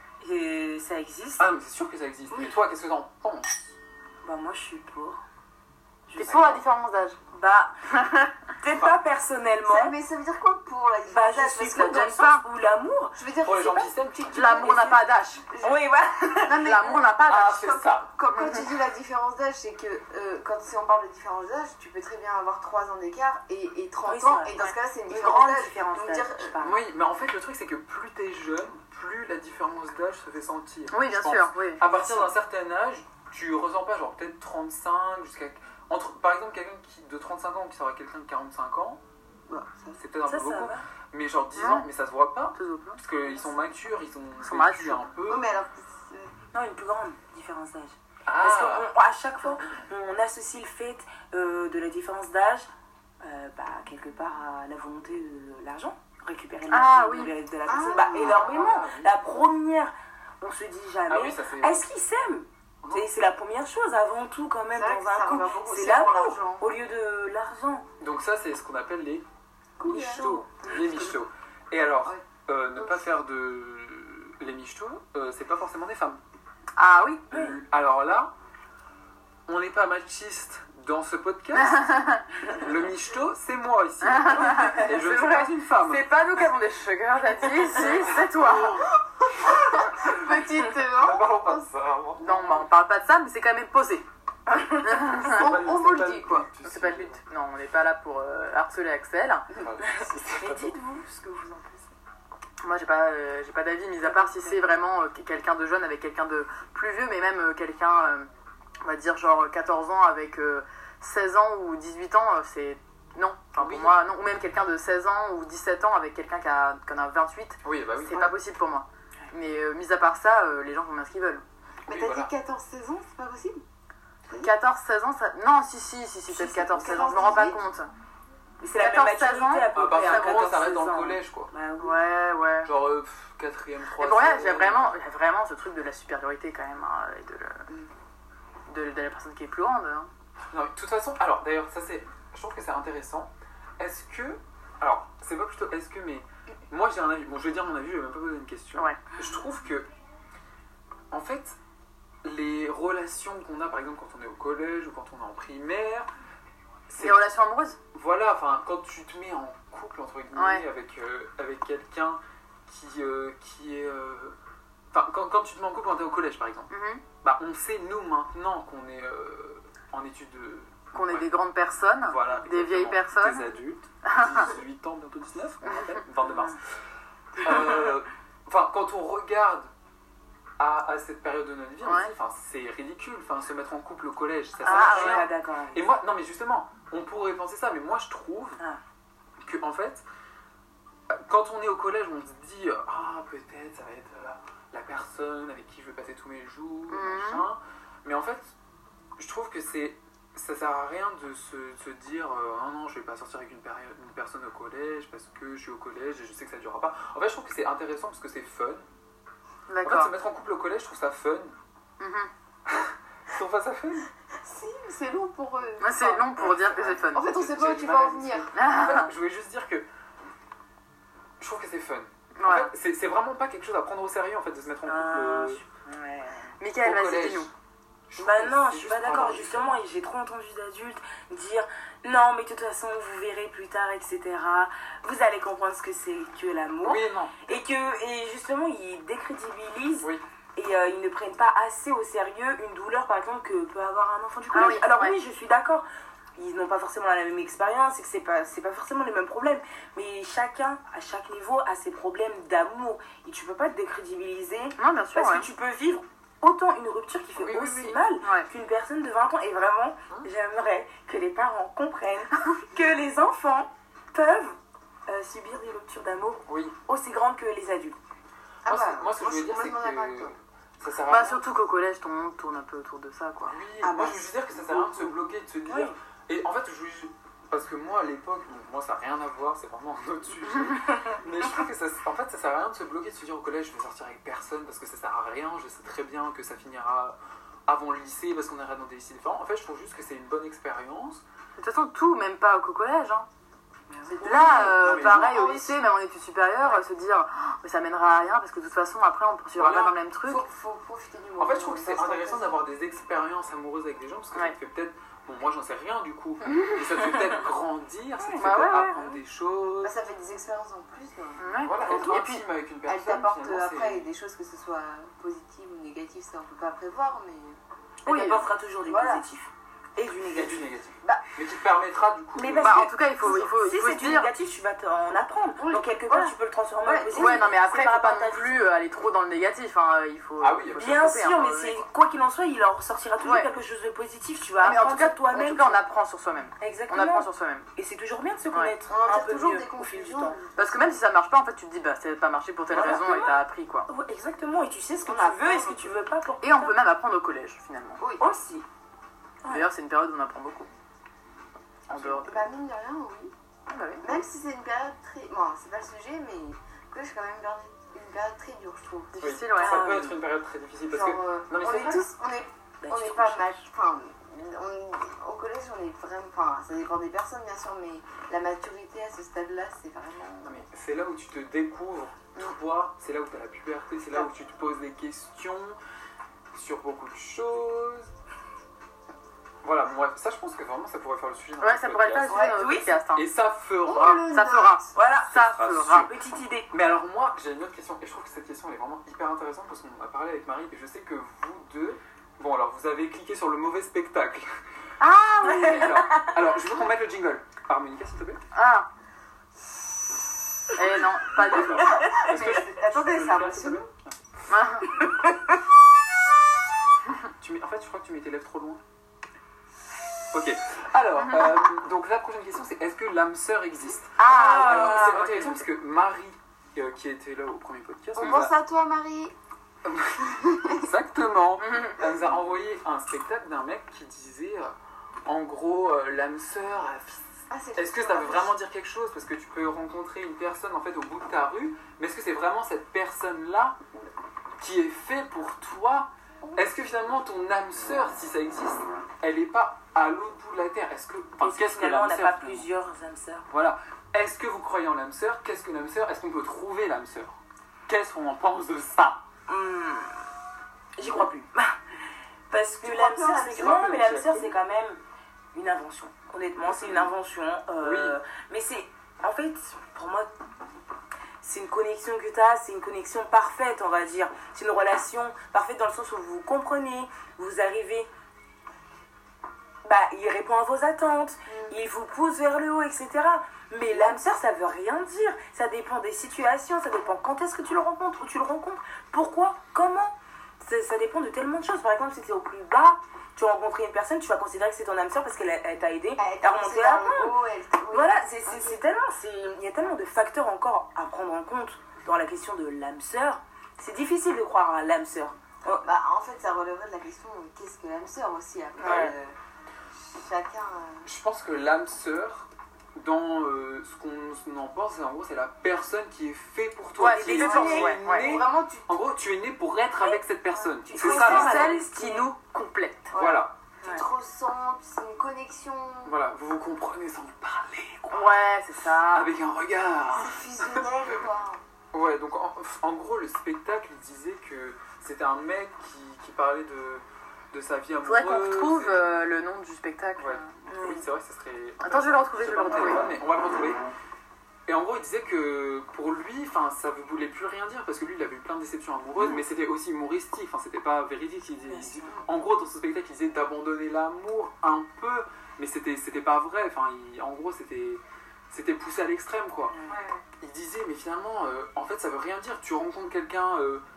Et ça existe. Ah, mais c'est sûr que ça existe. Mais toi, qu'est-ce que t'en penses? Bah, moi, je suis pour. Je T'es sais pour la pas. différence d'âge. Bah, peut-être pas personnellement. Ça- mais ça veut dire quoi pour la Bah, différence je d'âge? suis Parce pour que dans le j'aime sens où l'amour. je veux dire, Pour les c'est gens pas- qui s'aiment, tu tu- L'amour n'a pas d'âge. Oui, voilà. Non, mais L'amour n'a pas Ah, d'âge. c'est ça. quand, quand tu dis la différence d'âge, c'est que euh, quand si on parle de différence d'âge, tu peux très bien avoir trois ans d'écart et, et trente Oui, c'est ans, vrai. et dans ce cas-là, c'est une Une différence grande d'âge. différence Donc d'âge, dire, je parle. Oui, mais en fait, le truc, c'est que plus t'es jeune, plus la différence d'âge se fait sentir. Oui, je bien pense. sûr, oui. À partir d'un certain âge, tu ressens pas, genre peut-être trente-cinq jusqu'à. Entre, par exemple, quelqu'un qui, de trente-cinq ans qui sera quelqu'un de quarante-cinq ans, bah, ça, c'est peut-être un Ça, peu ça beaucoup. va. Mais genre dix Ouais. ans, mais ça se voit pas. Tout au plus. Parce qu'ils sont matures, ils ont sont vécu matures. un peu. ouais, mais alors, c'est- Non, une plus grande différence d'âge. Parce Ah, qu'à chaque fois, on associe le fait euh, de la différence d'âge, euh, bah, quelque part à la volonté de l'argent. Récupérer Ah, l'argent oui. de, la- de la Ah. personne. Bah, énormément. Ah, oui. La première, on se dit jamais, Ah oui, ça c'est. est-ce qu'ils s'aiment? C'est- C'est la première chose, avant tout, quand même, c'est vrai dans que un ça couple. revient beaucoup C'est aussi pour l'amour, l'argent. au lieu de l'argent. Donc ça, c'est ce qu'on appelle les Cool. michtos. Les michtos. Et alors, Ouais. euh, ne pas faire de. Les michtos, euh, c'est pas forcément des femmes. Ah oui. Euh, Alors là, on n'est pas machiste dans ce podcast. Le michto, c'est moi ici. Et je ne C'est suis vrai. pas une femme. C'est pas nous qui avons des sugar daddy, si, c'est toi. Petite, Ne non parlons pas de ça. moi. Non, bah, on parle pas de ça, mais c'est quand même posé. C'est On- pas- on c'est vous le pas dit, quoi. but, tu C'est pas le sais. but. Non, on n'est pas là pour euh, harceler Axel. Mais dites-vous ce que vous en pensez. Moi, j'ai pas, euh, j'ai pas d'avis, mis à part si c'est vraiment euh, quelqu'un de jeune avec quelqu'un de plus vieux, mais même euh, quelqu'un, euh, on va dire genre quatorze ans avec euh, seize ans ou dix-huit ans, euh, c'est non. Enfin, Oui. pour moi, non. Ou même quelqu'un de seize ans ou dix-sept ans avec quelqu'un qui, a, qui en a vingt-huit, Oui, bah oui. c'est pas possible pour moi. Mais euh, mis à part ça, euh, les gens font bien ce qu'ils veulent. Mais Oui, t'as voilà. dit quatorze seize ans, c'est pas possible? quatorze seize ans, ça. Non, si, si, si, si, peut-être quatorze seize ans, je me rends pas compte. Mais c'est la même quatorze, seize maturité à À peu près. partir à du moment où ça reste quatorze, dans le seize ans. collège, quoi. Bah oui. Ouais, ouais. Genre euh, pff, quatrième, Mais troisième. pour rien, j'ai vraiment, j'ai vraiment ce truc de la supériorité quand même, hein, et de, le- de, de la personne qui est plus grande. Hein. Non, de toute façon, alors d'ailleurs, ça c'est. Je trouve que c'est intéressant. Est-ce que. Alors, c'est pas plutôt est-ce que, mais. Moi j'ai un avis. Bon, je vais dire mon avis, je vais même pas poser une question. Ouais. Je trouve que. En fait, les relations qu'on a, par exemple, quand on est au collège ou quand on est en primaire. C'est Les relations amoureuses. Voilà, enfin, quand tu te mets en couple, entre guillemets, Ouais. avec, euh, avec quelqu'un qui, euh, qui est... euh, Enfin, quand, quand tu te mets en couple quand t'es au collège, par exemple, Mhm. bah, on sait, nous, maintenant, qu'on est euh, en études de... Qu'on est ouais, des grandes personnes. voilà, des vieilles exactement, personnes. Des adultes, dix-huit ans, bientôt dix-neuf, on rappelle, vingt-deux mars. Euh, Enfin, quand on regarde à, à cette période de notre vie, on Ouais. se dit, enfin, c'est ridicule, enfin, se mettre en couple au collège, ça sert Ah, à Je suis rien. pas d'accord. avec Et moi, non mais justement, on pourrait penser ça, mais moi je trouve Ah. que en fait, quand on est au collège, on se dit euh, ah peut-être ça va être euh, la personne avec qui je vais passer tous mes jours, Mhm. machin. Mais en fait, je trouve que c'est ça sert à rien de se, de se dire euh, ah non je vais pas sortir avec une, péri- une personne au collège parce que je suis au collège et je sais que ça durera pas. En fait, je trouve que c'est intéressant parce que c'est fun. En fait, D'accord. se mettre en couple au collège, je trouve ça fun. Mhm. Tu trouves pas ça fun? Si, c'est long pour eux. Ouais, c'est long pour dire que c'est fun. En fait, on sait pas où J'ai tu du vas mal à en venir. En fait, je voulais juste dire que je trouve que c'est fun. En Ouais. fait, c'est, c'est vraiment pas quelque chose à prendre au sérieux en fait de se mettre en couple. Ah, euh, je- ouais. Michael, au vas-y, collège. dis-nous. Je trouve Bah que non, c'est je suis juste pas pour d'accord. avoir du Justement, et j'ai trop entendu d'adultes dire non, mais de toute façon, vous verrez plus tard, et cetera. Vous allez comprendre ce que c'est que fun. l'amour. Oui et non. Et que, et justement, ils décrédibilisent Oui. et euh, ils ne prennent pas assez au sérieux une douleur, par exemple, que peut avoir un enfant du Ah collège. oui, Alors ouais. oui, je suis d'accord. Ils n'ont pas forcément la même expérience et que c'est pas, c'est pas forcément les mêmes problèmes. Mais chacun, à chaque niveau, a ses problèmes d'amour. Et tu peux pas te décrédibiliser Non, bien sûr, parce ouais. que tu peux vivre autant une rupture qui fait Oui, oui, aussi oui. mal Ouais. qu'une personne de vingt ans. Et vraiment, j'aimerais que les parents comprennent que les enfants peuvent euh, subir des ruptures d'amour Oui. aussi grandes que les adultes. Ah Moi, bah, c'est- moi, ce que je veux dire, c'est complètement d'accord avec toi. que ça sert à Bah, rien. surtout qu'au collège, ton monde tourne un peu autour de ça, quoi. Oui, Ah moi bah, je veux juste dire que ça sert à rien de se bloquer, de se dire. Oui. Et en fait, je voulais- parce que moi à l'époque, bon, moi ça n'a rien à voir, c'est vraiment un autre sujet. Mais je trouve que ça, en fait, ça sert à rien de se bloquer, de se dire au collège, je vais sortir avec personne parce que ça sert à rien. Je sais très bien que ça finira avant le lycée parce qu'on ira dans des lycées différents. En fait, je trouve juste que c'est une bonne expérience. De toute façon, tout, même pas qu'au collège. Hein. Oui, Là, euh, non, mais pareil, non, au mais lycée, même en études supérieures, euh, se dire oh, mais ça mènera à rien parce que de toute façon, après, on poursuivra Voilà. pas dans le même truc. Faut, faut profiter du moment. En fait, je trouve que c'est L'instant intéressant présent. d'avoir des expériences amoureuses avec des gens parce que ça Ouais. te fait peut-être. Bon, moi j'en sais rien du coup, mais ça te fait peut-être grandir, ça te fait Bah ouais, peut-être ouais, apprendre des choses. Bah, ça fait des expériences en plus. hein. Ouais. Voilà, Et être puis- intime avec une Elle personne. t'apporte finalement, après c'est- des choses, que ce soit positives ou négatives, ça on peut pas prévoir, mais. Elle Oui. apportera toujours du Voilà. positif et du Il y a négatif. du négatif. Bah. Mais qui te permettra du coup. Mais de- parce Bah, que en tout cas, il faut, il faut, si il faut c'est se du dire. négatif, tu vas en apprendre. Oui. Donc quelque part, Voilà. tu peux le transformer Ouais. en positif. Ouais, non, mais après, C'est il faut par pas rapport à non ta plus aller trop dans le négatif. Hein. Il faut. Ah oui, il faut se Bien stopper, sûr, hein, mais ouais. c'est quoi qu'il en soit, il en ressortira toujours Ouais. quelque chose de positif. Tu vas Mais en apprendre tout cas, sur toi-même. en tout cas, on apprend sur soi-même. On Exactement. apprend sur soi-même. Et c'est toujours bien de se Ouais. connaître On en un tire peu toujours mieux des au fil du conclusions. temps. Parce que même si ça marche pas, en fait, tu te dis, bah, ça n'a pas marché pour telle Voilà. raison et t'as appris, quoi. Ouais, exactement, et tu sais ce que On tu apprend. veux et ce que tu veux pas pour Et on peut même apprendre au collège, finalement. Oui. aussi. D'ailleurs, c'est une période où on apprend beaucoup. En dehors de. Bah, mine de rien, oui. Ah, bah oui. Même si c'est une période très. Bon, c'est pas le sujet, mais. Que c'est quand même une période, une période très dure, je trouve. Oui, Difficile, ouais. ça Ah, peut oui. être une période très difficile parce Genre, que. euh, Non, mais on c'est est vrai. tous. On est, Bah, on tu est te pas couches. match. Enfin, on- au collège, on est vraiment. Enfin, ça dépend des personnes, bien sûr, mais la maturité à ce stade-là, c'est vraiment. Non, mais c'est là où tu te découvres, toi, c'est là où tu as la puberté, c'est là où tu te poses des questions sur beaucoup de choses. Voilà, bon, bref, ça je pense que vraiment ça pourrait faire le sujet. d'un Ouais, ça pourrait le faire podcast. aussi dans notre Oui. podcast. Hein. Et ça On fera. le Ça note. fera. Voilà, Ça sera fera. sûr. petite idée. Mais alors moi, j'ai une autre question, et je trouve que cette question elle est vraiment hyper intéressante parce qu'on en a parlé avec Marie, et je sais que vous deux, bon alors vous avez cliqué sur le mauvais spectacle. Ah oui. alors, alors, je veux qu'on mette le jingle. Harmonica s'il te plaît. Ah. Eh non, pas du tout. Est-ce que je... Attendez, je ça peux le faire, s'il te plaît Ah. Tu mets... En fait, je crois que tu mets tes lèvres trop loin. Ok. Alors, euh, donc la prochaine question c'est est-ce que l'âme sœur existe? Ah, Alors, oui. c'est intéressant parce que Marie, euh, qui était là au premier podcast, On nous pense a- à toi, Marie. exactement, elle nous a envoyé un spectacle d'un mec qui disait, euh, en gros, euh, l'âme sœur, euh, Ah, c'est est-ce que ça veut vraiment dire quelque chose? Parce que tu peux rencontrer une personne en fait au bout de ta rue, mais est-ce que c'est vraiment cette personne-là qui est faite pour toi? Est-ce que finalement ton âme sœur, si ça existe, elle n'est pas à l'autre bout de la terre? Est-ce que, enfin, Est-ce que qu'est-ce que finalement on l'âme n'a sœur pas finalement plusieurs âmes sœurs? Voilà. Est-ce que vous croyez en l'âme sœur? Qu'est-ce que l'âme sœur? Est-ce qu'on peut trouver l'âme sœur? Qu'est-ce qu'on en pense de ça? Hmm, J'y crois plus. Parce que Tu l'âme crois plus en sœur, l'âme c'est sœur? non, mais l'âme sœur, c'est quand même une invention. Honnêtement, c'est une invention. euh, Mais c'est, en fait, pour moi, c'est une connexion que tu as, c'est une connexion parfaite, on va dire. C'est une relation parfaite dans le sens où vous vous comprenez, vous arrivez. Bah, il répond à vos attentes, il vous pousse vers le haut, et cetera. Mais l'âme sœur, ça veut rien dire. Ça dépend des situations, ça dépend quand est-ce que tu le rencontres, où tu le rencontres, pourquoi, comment. Ça, ça dépend de tellement de choses. Par exemple, si tu es au plus bas, tu as rencontré une personne, tu vas considérer que c'est ton âme sœur parce qu'elle a- elle t'a aidé Elle à remonter la pente. pente. Voilà, c'est c'est- c'est tellement, c'est- il y a tellement de facteurs encore à prendre en compte dans la question de l'âme sœur. C'est difficile de croire à l'âme sœur. Bah, en fait, ça relèverait de la question euh, qu'est-ce que l'âme sœur aussi après. Ouais. euh, chacun. euh, Je pense que l'âme sœur, dans euh, ce qu'on en pense, c'est en gros, c'est la personne qui est faite pour toi. Ouais, qui est exactement, née- ouais, ouais. née- Vraiment, tu. En gôt, tu es né pour être avec cette personne. Tu C'est te ça, ressens la- à la- celle qui nous complète. Voilà. Tu Ouais. te ressens, c'est une connexion. Voilà, vous vous comprenez sans vous parler, quoi. Ouais, c'est ça. Avec un regard. C'est fusionnel, quoi. Ouais, donc en, en gros, le spectacle, il disait que c'était un mec qui, qui parlait de, de sa vie amoureuse. Faudrait qu'on retrouve et- euh, le nom du spectacle. Ouais. Oui, c'est vrai que ça serait... Attends, je vais le retrouver, je vais le pas mon retrouver. téléphone, mais on va le retrouver. Et en gros, il disait que pour lui, enfin, ça ne voulait plus rien dire parce que lui, il avait eu plein de déceptions amoureuses, mais c'était aussi humoristique, enfin, c'était pas véridique. Il disait- il disait- en gros, dans ce spectacle, il disait d'abandonner l'amour un peu, mais c'était c'était pas vrai. Enfin, il- en gros, c'était c'était poussé à l'extrême, quoi. Il disait, mais finalement, euh, en fait, ça veut rien dire. Tu rencontres quelqu'un euh,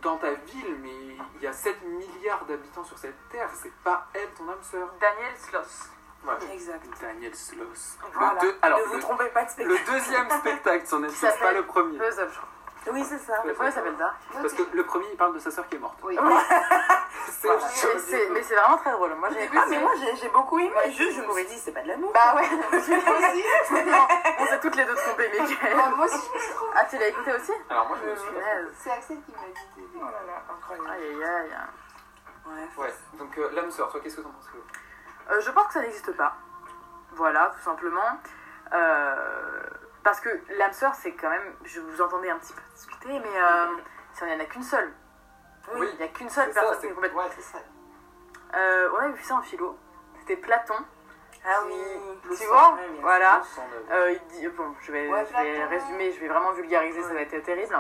dans ta ville, mais il y a sept milliards d'habitants sur cette terre, c'est pas elle ton âme sœur. Daniel Sloss. Voilà. Exact. Daniel Sloss. Voilà. Le deux- alors, ne vous le, trompez pas de spectacle. le deuxième spectacle sur Netflix, Qui s'appelle pas le premier. Puzzle, je crois. Oui, c'est ça. Le premier s'appelle ça. Parce que le premier, il parle de sa sœur qui est morte. Oui. C'est Voilà. Et c'est- Mais c'est vraiment très drôle. Moi, j'ai Ah, mais moi j'ai j'ai beaucoup aimé. Juste, je me suis dit, c'est pas de l'amour. Bah ouais. Moi aussi. Non, on s'est toutes les deux trompées, Mickaël. Moi moi aussi, je me suis trompée. Ah, tu l'as écouté aussi? Alors moi, je me suis... Punaise. C'est Axel qui m'a dit. Oh là là, incroyable. Aïe aïe aïe. Bref. Ouais, donc euh, l'âme sœur, toi, qu'est-ce que t'en penses, Cléo? Euh, je pense que ça n'existe pas. Voilà, tout simplement. Euh, parce que l'âme sœur, c'est quand même. Je vous entendais un petit peu discuter, mais euh, il n'y en a qu'une seule. Oui. Il n'y a qu'une seule C'est ça, personne qui c'est- est complètement. ouais. C'est ça. Euh, on a vu ça en philo. C'était Platon. Ah qui- oui. Tu le vois sang, ouais, bien Voilà. Sans avis. Euh, il dit, bon, je vais, Ouais, je vais Platon. résumer, je vais vraiment vulgariser, ça va être terrible.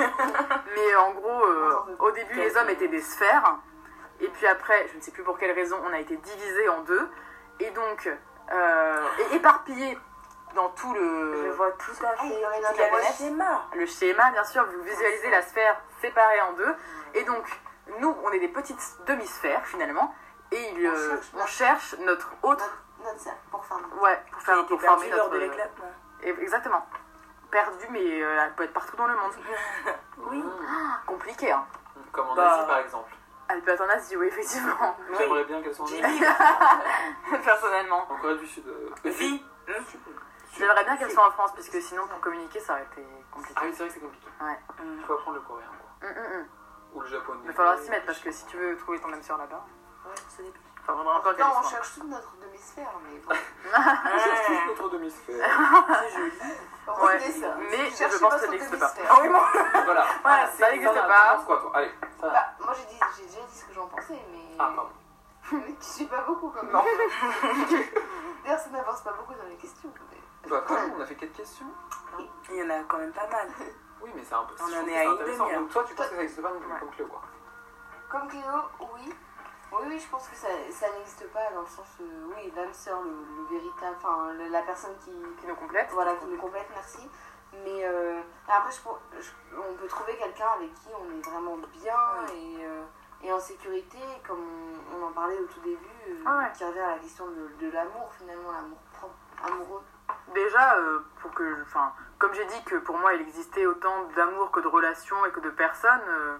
Mais en gros, euh, au début, les hommes étaient des sphères. Et puis après, je ne sais plus pour quelle raison, on a été divisé en deux. Et donc, euh, et éparpillé dans tout Je le, vois tout à Ah, il fait. y aurait Il y a notre le planète. schéma. le schéma, bien sûr. Vous visualisez la sphère séparée en deux. Et donc, nous, on est des petites demi-sphères finalement. Et il, On euh, cherche on notre- cherche notre autre. Notre, notre cercle pour faire. Ouais, pour, Qui a faire, été pour former perdu lors notre. de l'éclatement. Et- Exactement. Perdue, mais euh, elle peut être partout dans le monde. Oui. Mmh. Compliqué, hein. Comme en Bah. Asie, par exemple. Elle peut être en Asie, oui, effectivement. J'aimerais bien qu'elle soit en Asie. Personnellement. En Corée du Sud. euh, Vie. J'aimerais bien qu'elle soit en France, puisque sinon, pour communiquer, ça aurait été compliqué. Ah oui, c'est vrai que c'est compliqué. Il faut apprendre le coréen, quoi. Hum, hum, hum. Ou le japonais. Il va falloir s'y mettre, parce que si tu veux trouver ton âme sœur là-bas, Ouais, c'est des- il faudra encore qu'elle Non, on soit. cherche toute notre demi-sphère, mais bon. On cherche tous Ouais. notre demi-sphère. C'est joli. Retenez ça. mais Cherchez je pense que votre ça n'existe pas. demi-sphère. Ah oui, moi. Voilà. Voilà, c'est- ça n'existe T'en pas. penses quoi, toi? Allez, ça va. Bah, moi j'ai dit, j'ai déjà dit ce que j'en pensais, mais. Ah, pardon. Mais tu sais pas beaucoup quand même. Non. D'ailleurs, ça n'avance pas beaucoup dans les questions. Mais... Bah, quand même, on a fait quatre questions. Il y en a quand même pas mal. Oui, mais c'est un peu. On je en trouve est que à c'est une intéressant. demi-heure. Donc, toi, tu penses que ça n'existe pas non plus Ouais. comme Cléo, quoi. Comme Cléo, oui. Oui, oui, je pense que ça, ça n'existe pas dans le sens. euh, oui, l'âme sœur, le, le véritable. Enfin, le- la personne qui. Qui nous complète. Voilà, qui nous complète, merci. Mais euh, après, je, pour- je- on peut trouver quelqu'un avec qui on est vraiment bien et, euh, et en sécurité, comme on, on en parlait au tout début, euh, Ah ouais. qui revient à la question de, de l'amour, finalement, l'amour propre, amoureux. Déjà, euh, pour que, enfin, comme j'ai dit que pour moi il existait autant d'amour que de relations et que de personnes, euh,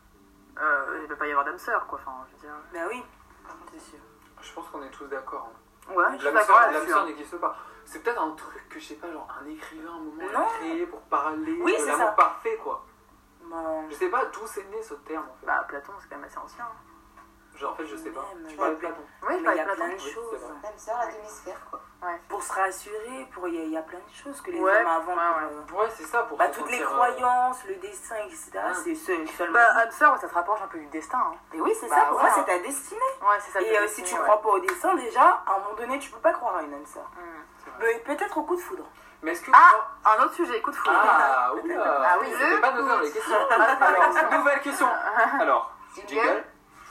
euh, il ne peut pas y avoir d'âme sœur, quoi. Enfin, je veux dire. Bah oui. C'est sûr. Je pense qu'on est tous d'accord. hein. Ouais, je suis L'âme d'accord sœur l'âme là-dessus. sœur hein. n'existe pas. C'est peut-être un truc que je sais pas, genre un écrivain à un moment Non. a créé pour parler Oui, de c'est l'amour ça. parfait, quoi. Bah, Je sais pas d'où c'est né ce terme, en fait. Bah, Platon, c'est quand même assez ancien. hein. Genre, en fait, je sais pas. Même, Tu euh, parles de Platon. Oui, mais je il y parlais a de Platon. plein de Oui, choses. c'est vrai. L'âme sœur, la demi-sphère, quoi. Pour se rassurer, pour il y, a- il y a plein de choses que les Ouais, hommes inventent. ouais, pour, ouais. euh, Ouais, c'est ça, pour bah, se toutes les sentir, euh, croyances, le destin, et cetera. Ah. C'est seul- seulement. Bah, âme sœur, ouais, ça se rapproche un peu du destin. Hein. Et oui, c'est bah, ça, pour moi, voilà. c'est ta destinée. Ouais, c'est ça. Et le euh, si destin, tu ouais. crois pas au destin, déjà, à un moment donné, tu peux pas croire à une âme sœur. Hmm. c'est vrai. Mais peut-être au coup de foudre. Mais est-ce que. Ah, un autre sujet, coup de foudre. Ah, oula. Ah oui, C'était le pas deux heures les questions. Alors, nouvelle question. Alors, Jingle. jingle.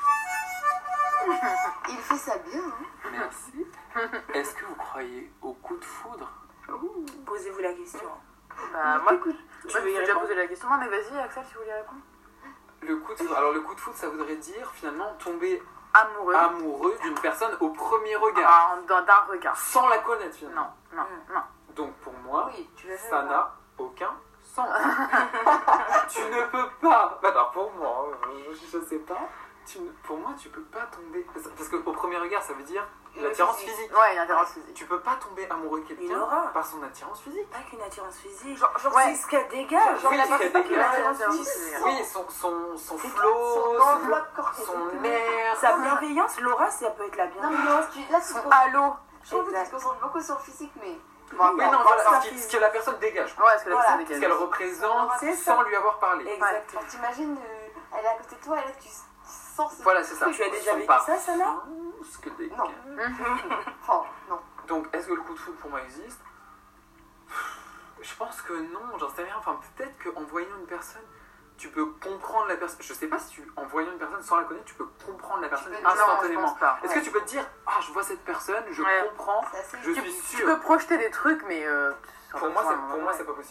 Il fait ça bien, hein. Merci. Est-ce que vous croyez au coup de foudre? Posez-vous la question. Bah, moi, écoute, Tu moi, veux y j'ai déjà répondre posé la question. Non, mais vas-y, Axel, si vous voulez répondre. Le coup de foudre. Alors, le coup de foudre, ça voudrait dire finalement tomber Amoureux. amoureux d'une personne au premier regard, Ah, d'un d'un regard. sans la connaître finalement. Non, non, Mm. non. Donc pour moi, Oui, tu l'as fait. ça n'a aucun sens. Tu ne peux pas. Bah, non, pour moi, euh, je, je sais pas. Tu ne- pour moi, tu peux pas tomber. Parce parce qu'au premier regard, ça veut dire l'attirance physique. physique. Ouais, une attirance physique. Tu peux pas tomber amoureux de Il quelqu'un aura. par son attirance physique. Pas qu'une attirance physique. Genre- genre, c'est ouais. ce qu'elle dégage. Genre, Oui, la ce qu'elle personne qui dégage. a l'attirance physique. Oui, son, son, son C'est flow, Son son, enveloppe corporelle. son air. Sa bienveillance, L'aura, ça peut être la Non, bienveillance. mais non, tu, là, tu te Son concentres- halo. je trouve que tu Exact. te concentres beaucoup sur le physique, mais. Bon, Oui, après, non, on voilà, parle ce, de qui- ça. ce que la personne dégage. Ouais, est-ce que la Voilà. personne Ce dégage. qu'elle représente C'est sans ça. lui avoir parlé. Exactement. Alors, t'imagines, euh, elle est à côté de toi, et là, tu, tu sens ce. Voilà, c'est ça. Tu as déjà Son vécu parfum, ça, Sana? ce que dégage. Non. Enfin, non. Donc, est-ce que le coup de foudre pour moi existe? Je pense que non, j'en sais rien. Enfin, peut-être qu'en voyant une personne, tu peux comprendre la personne. Je sais pas si tu, en voyant une personne sans la connaître, tu peux comprendre la personne peux- Ah non, je instantanément. pense pas. Est-ce que tu peux te dire, ah, je vois cette personne, je Ouais. comprends, C'est assez. je Tu, suis tu sûr. peux projeter des trucs, mais. Euh, Pour moi, c'est, ouais, pour moi, ouais. c'est pas possible.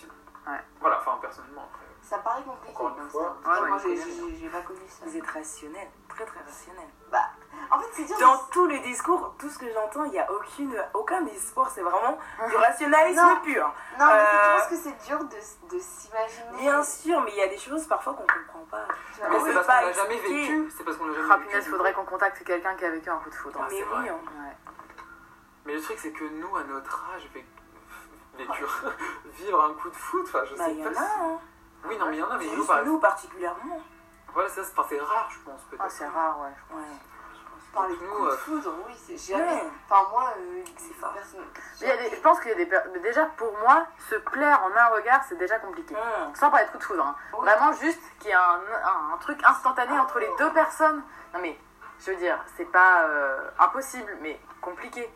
Ouais. Voilà, enfin, personnellement, après. Ça paraît compliqué. Encore une comme fois, ça. En tout cas, ouais, moi, ouais, j'ai- je connais. j'ai j'ai pas connu ça. Vous êtes rationnel, très très rationnel. En fait, c'est dur. Dans de- tout le discours, tout ce que j'entends, il n'y a aucune, aucun discours, c'est vraiment du rationalisme Non. pur. Non, mais Euh, c'est parce que c'est dur de, de s'imaginer. Bien sûr, mais il y a des choses parfois qu'on comprend pas. Tu vois. Mais on c'est peut parce pas qu'on l'a jamais expliquer. vécu. C'est parce qu'on l'a jamais Ah, vécu. punaise, faudrait qu'on contacte quelqu'un qui a vécu un coup de foudre. Ah, mais c'est oui, vrai. hein. Ouais. Mais le truc, c'est que nous, à notre âge, vé- vécu, vivre un coup de foot, enfin, je Bah, sais il y pas en si... a, hein. Oui, non, mais il y en a, mais C'est nous, juste par nous particulièrement. Voilà, ça, c'est enfin, c'est rare, je pense, peut-être. Ah, c'est rare, ouais. Ouais. Parler de Nous, coup de euh, foudre, oui, c'est jamais. Ouais. Enfin, moi, euh, C'est fort. personne. Mais il y a des- je pense qu'il y a des per- mais déjà, pour moi, se plaire en un regard, c'est déjà compliqué. Hum. Sans parler de coup de foudre. Hein. Oui. Vraiment, juste qu'il y a un, un- un truc instantané Ah. entre les deux personnes. Non, mais, je veux dire, c'est pas euh, impossible, mais compliqué.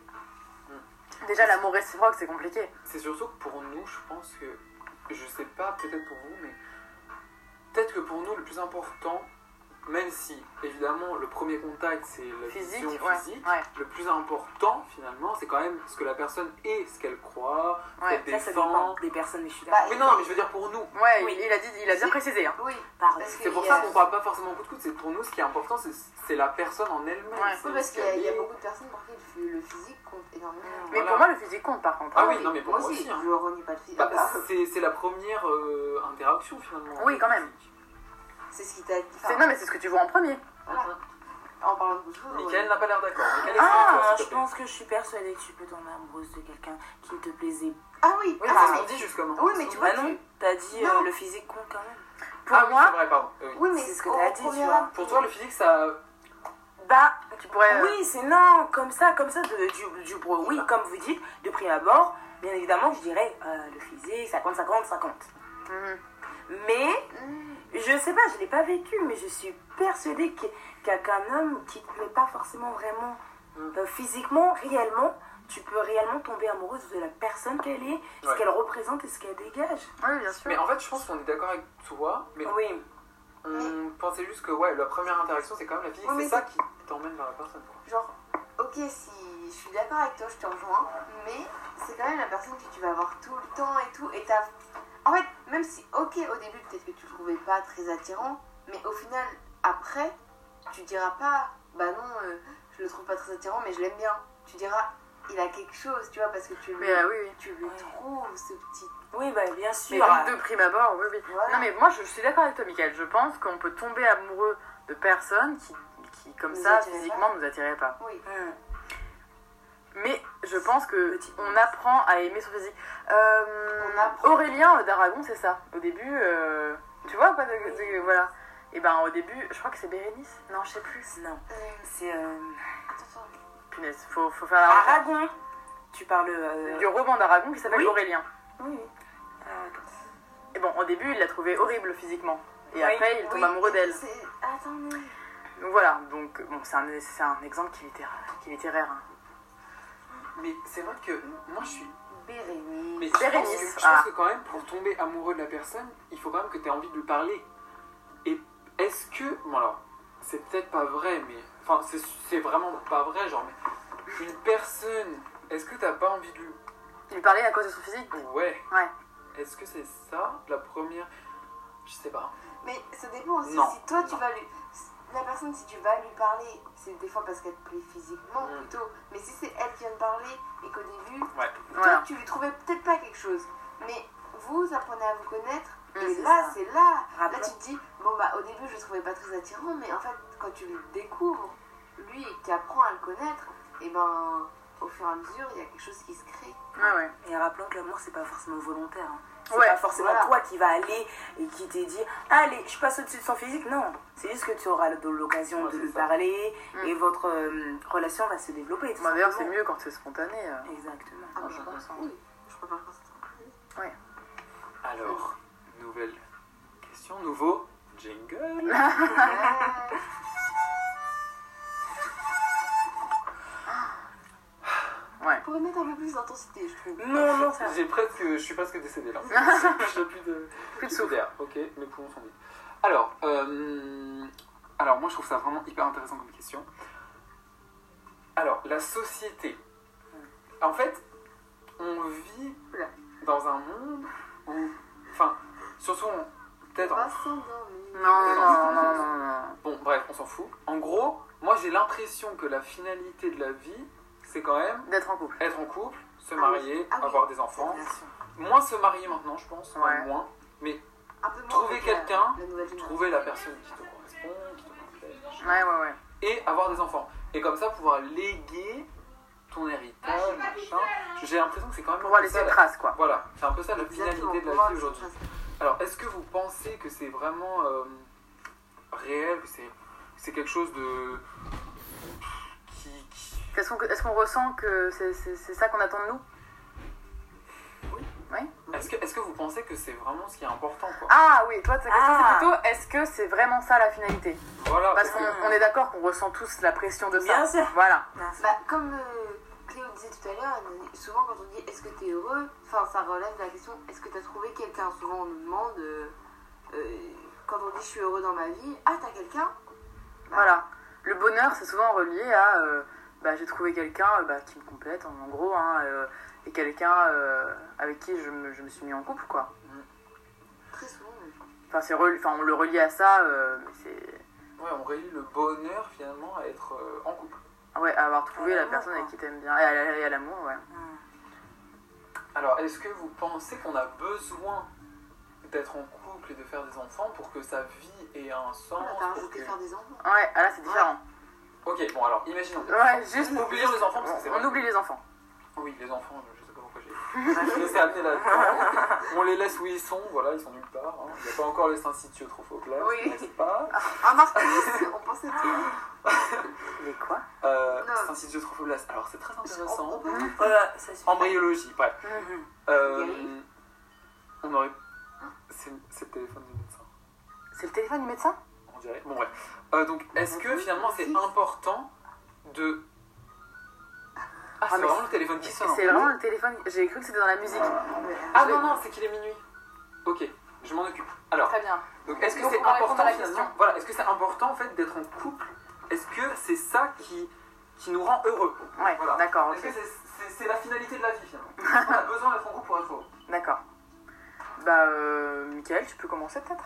Déjà, l'amour réciproque, c'est compliqué. C'est surtout que pour nous, je pense que, je sais pas, peut-être pour vous, mais peut-être que pour nous, le plus important, même si, évidemment, le premier contact, c'est la Physique, vision ouais. physique, Ouais. le plus important, finalement, c'est quand même ce que la personne est, ce qu'elle croit, ce Ouais, qu'elle Ça, ça dépend défend. des personnes, mais je suis Bah, d'accord. Oui, non, mais je veux dire pour nous. Ouais, Oui. il, il a dit, il a bien Si. précisé. Hein. Oui, Pardon. parce que C'est pour il y ça a- qu'on parle pas forcément coup de coude, c'est pour nous, ce qui est important, c'est c'est la personne en elle-même. Ouais. c'est Oui, parce ce qu'il y, a- qu'elle il y a est. beaucoup de personnes pour qui le, le physique compte énormément. Mais Voilà. pour moi, le physique compte, par contre. Ah hein. oui, non, mais pour moi aussi, hein. je renie pas le physique. Bah, Ah, c'est c'est la première euh, interaction, finalement. Oui, quand même. c'est ce qui t'a dit. C'est- Non, mais c'est ce que tu vois en premier. Voilà. En parlant de coup de foudre, Michael n'a pas l'air d'accord. Michael, Ah, explique-toi, s'il je te plaît. pense que je suis persuadée que tu peux tomber amoureuse de quelqu'un qui te plaisait. Ah oui, Oui, ah, c'est ce mais- qu'on dit justement. Oui, mais tu vois, Bah non, tu- t'as dit Non. euh, le physique compte quand même. Pour Ah oui, moi, c'est vrai, pardon. Euh, oui. Oui, mais C'est ce que au- t'as au dit, premier tu vois. abord, Pour toi, le physique, ça... Bah, tu pourrais. euh, oui, c'est non, comme ça, comme ça, de, du, du bro. Oui, comme vous dites, de prix abord, bien évidemment, je dirais euh, le physique, cinquante cinquante cinquante. mhm. Mais, Hmm. je sais pas, je l'ai pas vécu, mais je suis persuadée que- qu'un qu'un homme qui te plaît pas forcément vraiment Mm. euh, physiquement, réellement, tu peux réellement tomber amoureuse de la personne qu'elle est, ce Ouais. qu'elle représente et ce qu'elle dégage. Oui, bien sûr. Mais en fait, je pense qu'on est d'accord avec toi, mais Oui, on pensait juste que ouais, la première interaction, c'est quand même la physique. Oui, mais c'est ça qui t'emmène vers la personne. Quoi. Genre, ok, si je suis d'accord avec toi, je te rejoins, mais c'est quand même la personne que tu vas voir tout le temps et tout, et t'as... En fait, même si, ok, au début, peut-être que tu le trouvais pas très attirant, mais au final, après, tu diras pas, bah non, euh, je le trouve pas très attirant, mais je l'aime bien. Tu diras, il a quelque chose, tu vois, parce que tu lui, Mais euh, oui, oui. tu lui Ouais. trouves ce petit... oui, bah bien Mais sûr. donc, de prime abord, oui, oui. Voilà. Non, mais moi, je, je suis d'accord avec toi, Michael. Je pense qu'on peut tomber amoureux de personnes qui, qui comme Nous ça, attiraient physiquement, nous attiraient pas. Oui. Hum. Mais je pense que Petit. on apprend à aimer son physique. Euh, On apprend. Aurélien d'Aragon, c'est ça. Au début, euh, tu vois, pas de, de- voilà. Et ben au début, je crois que c'est Bérénice. Non, je sais plus. Non, Euh, c'est euh, attends, attends. Punaise, faut, faut faire la recherche. Aragon. Tu parles euh, Du roman d'Aragon qui s'appelle Oui. Aurélien. Oui, oui. Euh, Et bon, au début, il l'a trouvé horrible physiquement. Et Oui. après, il tombe Oui, amoureux d'elle. c'est- Attendez. Donc voilà. Donc bon, c'est un, c'est un exemple qui est littéraire. Qui est littéraire hein. Mais c'est vrai que moi, je suis. Bérénice. Mais je pense, que, Bérénice, je pense ah. que quand même, pour tomber amoureux de la personne, il faut quand même que tu aies envie de lui parler. Et est-ce que. Bon, alors, c'est peut-être pas vrai, mais. Enfin, c'est- c'est vraiment pas vrai, genre, mais. Une personne, est-ce que t'as pas envie de lui. Il lui parlait à cause de son physique. Ouais. Ouais. Est-ce que c'est ça, la première. Je sais pas. Mais ça dépend aussi. Non. Si toi, tu Non. vas lui... La personne, si tu vas lui parler, c'est des fois parce qu'elle te plaît physiquement Mm. plutôt. Mais si c'est elle qui vient de parler et qu'au début, Ouais. Voilà. toi, tu lui trouvais peut-être pas quelque chose. Mais vous apprenez à vous connaître. Mm, et c'est là, ça. c'est là. Là, Rappelons- tu te dis, bon, bah, au début, je le trouvais pas très attirant. Mais en fait, quand tu le découvres, lui, et que tu apprends à le connaître, et ben, au fur et à mesure, il y a quelque chose qui se crée. Ouais, ouais. Et rappelons que l'amour, c'est pas forcément volontaire. Hein. C'est Ouais, pas forcément voilà. toi qui vas aller et qui t'es dit allez, je passe au-dessus de son physique. Non, c'est juste que tu auras de l'occasion Ouais, de c'est lui ça. parler Mm. et votre euh, relation va se développer. tout Bah, d'ailleurs, c'est simplement. mieux quand c'est spontané. euh. Exactement. Ah, Ah, je je pense. comprends. Oui, je préfère quand c'est tranquille. Alors, nouvelle question, nouveau jingle. Ouais. On pourrait mettre un peu plus d'intensité, je trouve. Non, non, ça. J'ai presque, je suis presque décédé là. J'ai plus de, Plus de j'ai souffle. d'air. Ok, mes poumons sont vides. Alors, euh, alors moi je trouve ça vraiment hyper intéressant comme question. Alors, la société. En fait, on vit dans un monde où Enfin, surtout, peut-être... Pas en- s'endormir. Non, non, non, non, non, non. Bon, bref, on s'en fout. En gros, moi j'ai l'impression que la finalité de la vie, c'est quand même D'être en couple. être en couple, se Ah oui. marier, Ah oui. avoir des enfants. Bien sûr. Moins se marier maintenant, je pense, enfin, Ouais. moins. Mais Un peu moins Trouver avec la- quelqu'un, la nouvelle génération. trouver la personne qui te correspond, qui te complète, machin. Ouais, ouais, ouais. Et avoir des enfants. Et comme ça, pouvoir léguer ton héritage, machin. J'ai l'impression que c'est quand même Pouvoir un peu laisser ça, une la- trace, quoi. Voilà, c'est un peu ça la Exactement, finalité de pour la moi, vie c'est aujourd'hui. ça. Alors, est-ce que vous pensez que c'est vraiment euh, réel, que c'est c'est quelque chose de... qui... qui- Est-ce qu'on est-ce qu'on ressent que c'est c'est- c'est ça qu'on attend de nous? Est-ce que, est-ce que vous pensez que c'est vraiment ce qui est important, quoi? Ah oui, toi, ta question, Ah. c'est plutôt est-ce que c'est vraiment ça la finalité? Voilà, Parce parce qu'on que- on est d'accord qu'on ressent tous la pression de ça. Bien sûr. Voilà. Bien sûr. Bah, comme euh, Cléo disait tout à l'heure, elle dit- souvent quand on dit est-ce que tu es heureux, enfin ça relève la question est-ce que tu as trouvé quelqu'un. Souvent on nous demande euh, euh, quand on dit je suis heureux dans ma vie, ah t'as quelqu'un. Voilà. Le bonheur, c'est souvent relié à euh, bah, j'ai trouvé quelqu'un euh, bah, qui me complète, en, en gros, hein, euh, et quelqu'un euh, avec qui je me, je me suis mis en couple, quoi. Très souvent. même. Enfin, c'est reli- enfin, on le relie à ça, euh, mais c'est... Ouais, on relie le bonheur finalement à être euh, en couple. Ah ouais, à avoir trouvé À la l'amour, personne avec quoi. qui t'aimes bien. Et à, la- et à l'amour, ouais. Mm. Alors, est-ce que vous pensez qu'on a besoin d'être en couple et de faire des enfants pour que sa vie ait un sens? Ah, t'as pour rajouté que- faire des enfants. Ouais, ah là, c'est différent. Ok, bon alors, imaginons. Ouais, juste... Oublions les enfants parce que c'est On, vrai. on oublie les enfants. Oui, les enfants, je sais pas pourquoi j'ai... Je les ai amenés là-dedans. On les laisse où ils sont, voilà, ils sont nulle part. hein. Il n'y a pas encore les syncytiotrophoblastes, Oui. n'est-ce pas? Ah Marcus, on pensait tout. Les quoi? Euh, Non. syncytiotrophoblastes, alors c'est très On, on intéressant. peut Voilà, ça suffit. Embryologie, bref. Mhm. Euh, Gary on aurait... C'est c'est le téléphone du médecin, C'est le téléphone du médecin? on dirait. Bon, bref. Euh, donc, est-ce que finalement c'est important de... Ah, c'est mais vraiment le téléphone qui sonne. C'est vraiment le téléphone... J'ai cru que c'était dans la musique. Ah non, non, c'est qu'il est minuit. Ok, je m'en occupe. Alors, Très bien. donc est-ce que Donc, c'est on va répondre important à la finalement question. Voilà, est-ce que c'est important en fait d'être en couple? Est-ce que c'est ça qui, qui nous rend heureux? Ouais, Voilà. d'accord, Est-ce ok. que c'est c'est- c'est la finalité de la vie finalement? Est-ce qu'on a besoin d'être en couple pour être heureux? D'accord. Bah, euh, Mickaël, tu peux commencer peut-être?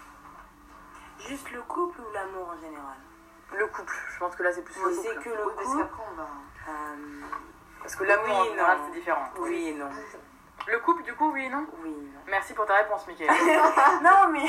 Juste le couple ou l'amour en général? Le couple, je pense que là c'est plus le Oui, couple. c'est que le Oui, parce couple. qu'après on va. Euh, Parce que l'amour en Oui, général non. c'est différent. oui et non. Le couple, du coup, oui et non? Oui et non. Merci pour ta réponse, Mickaël. Non mais.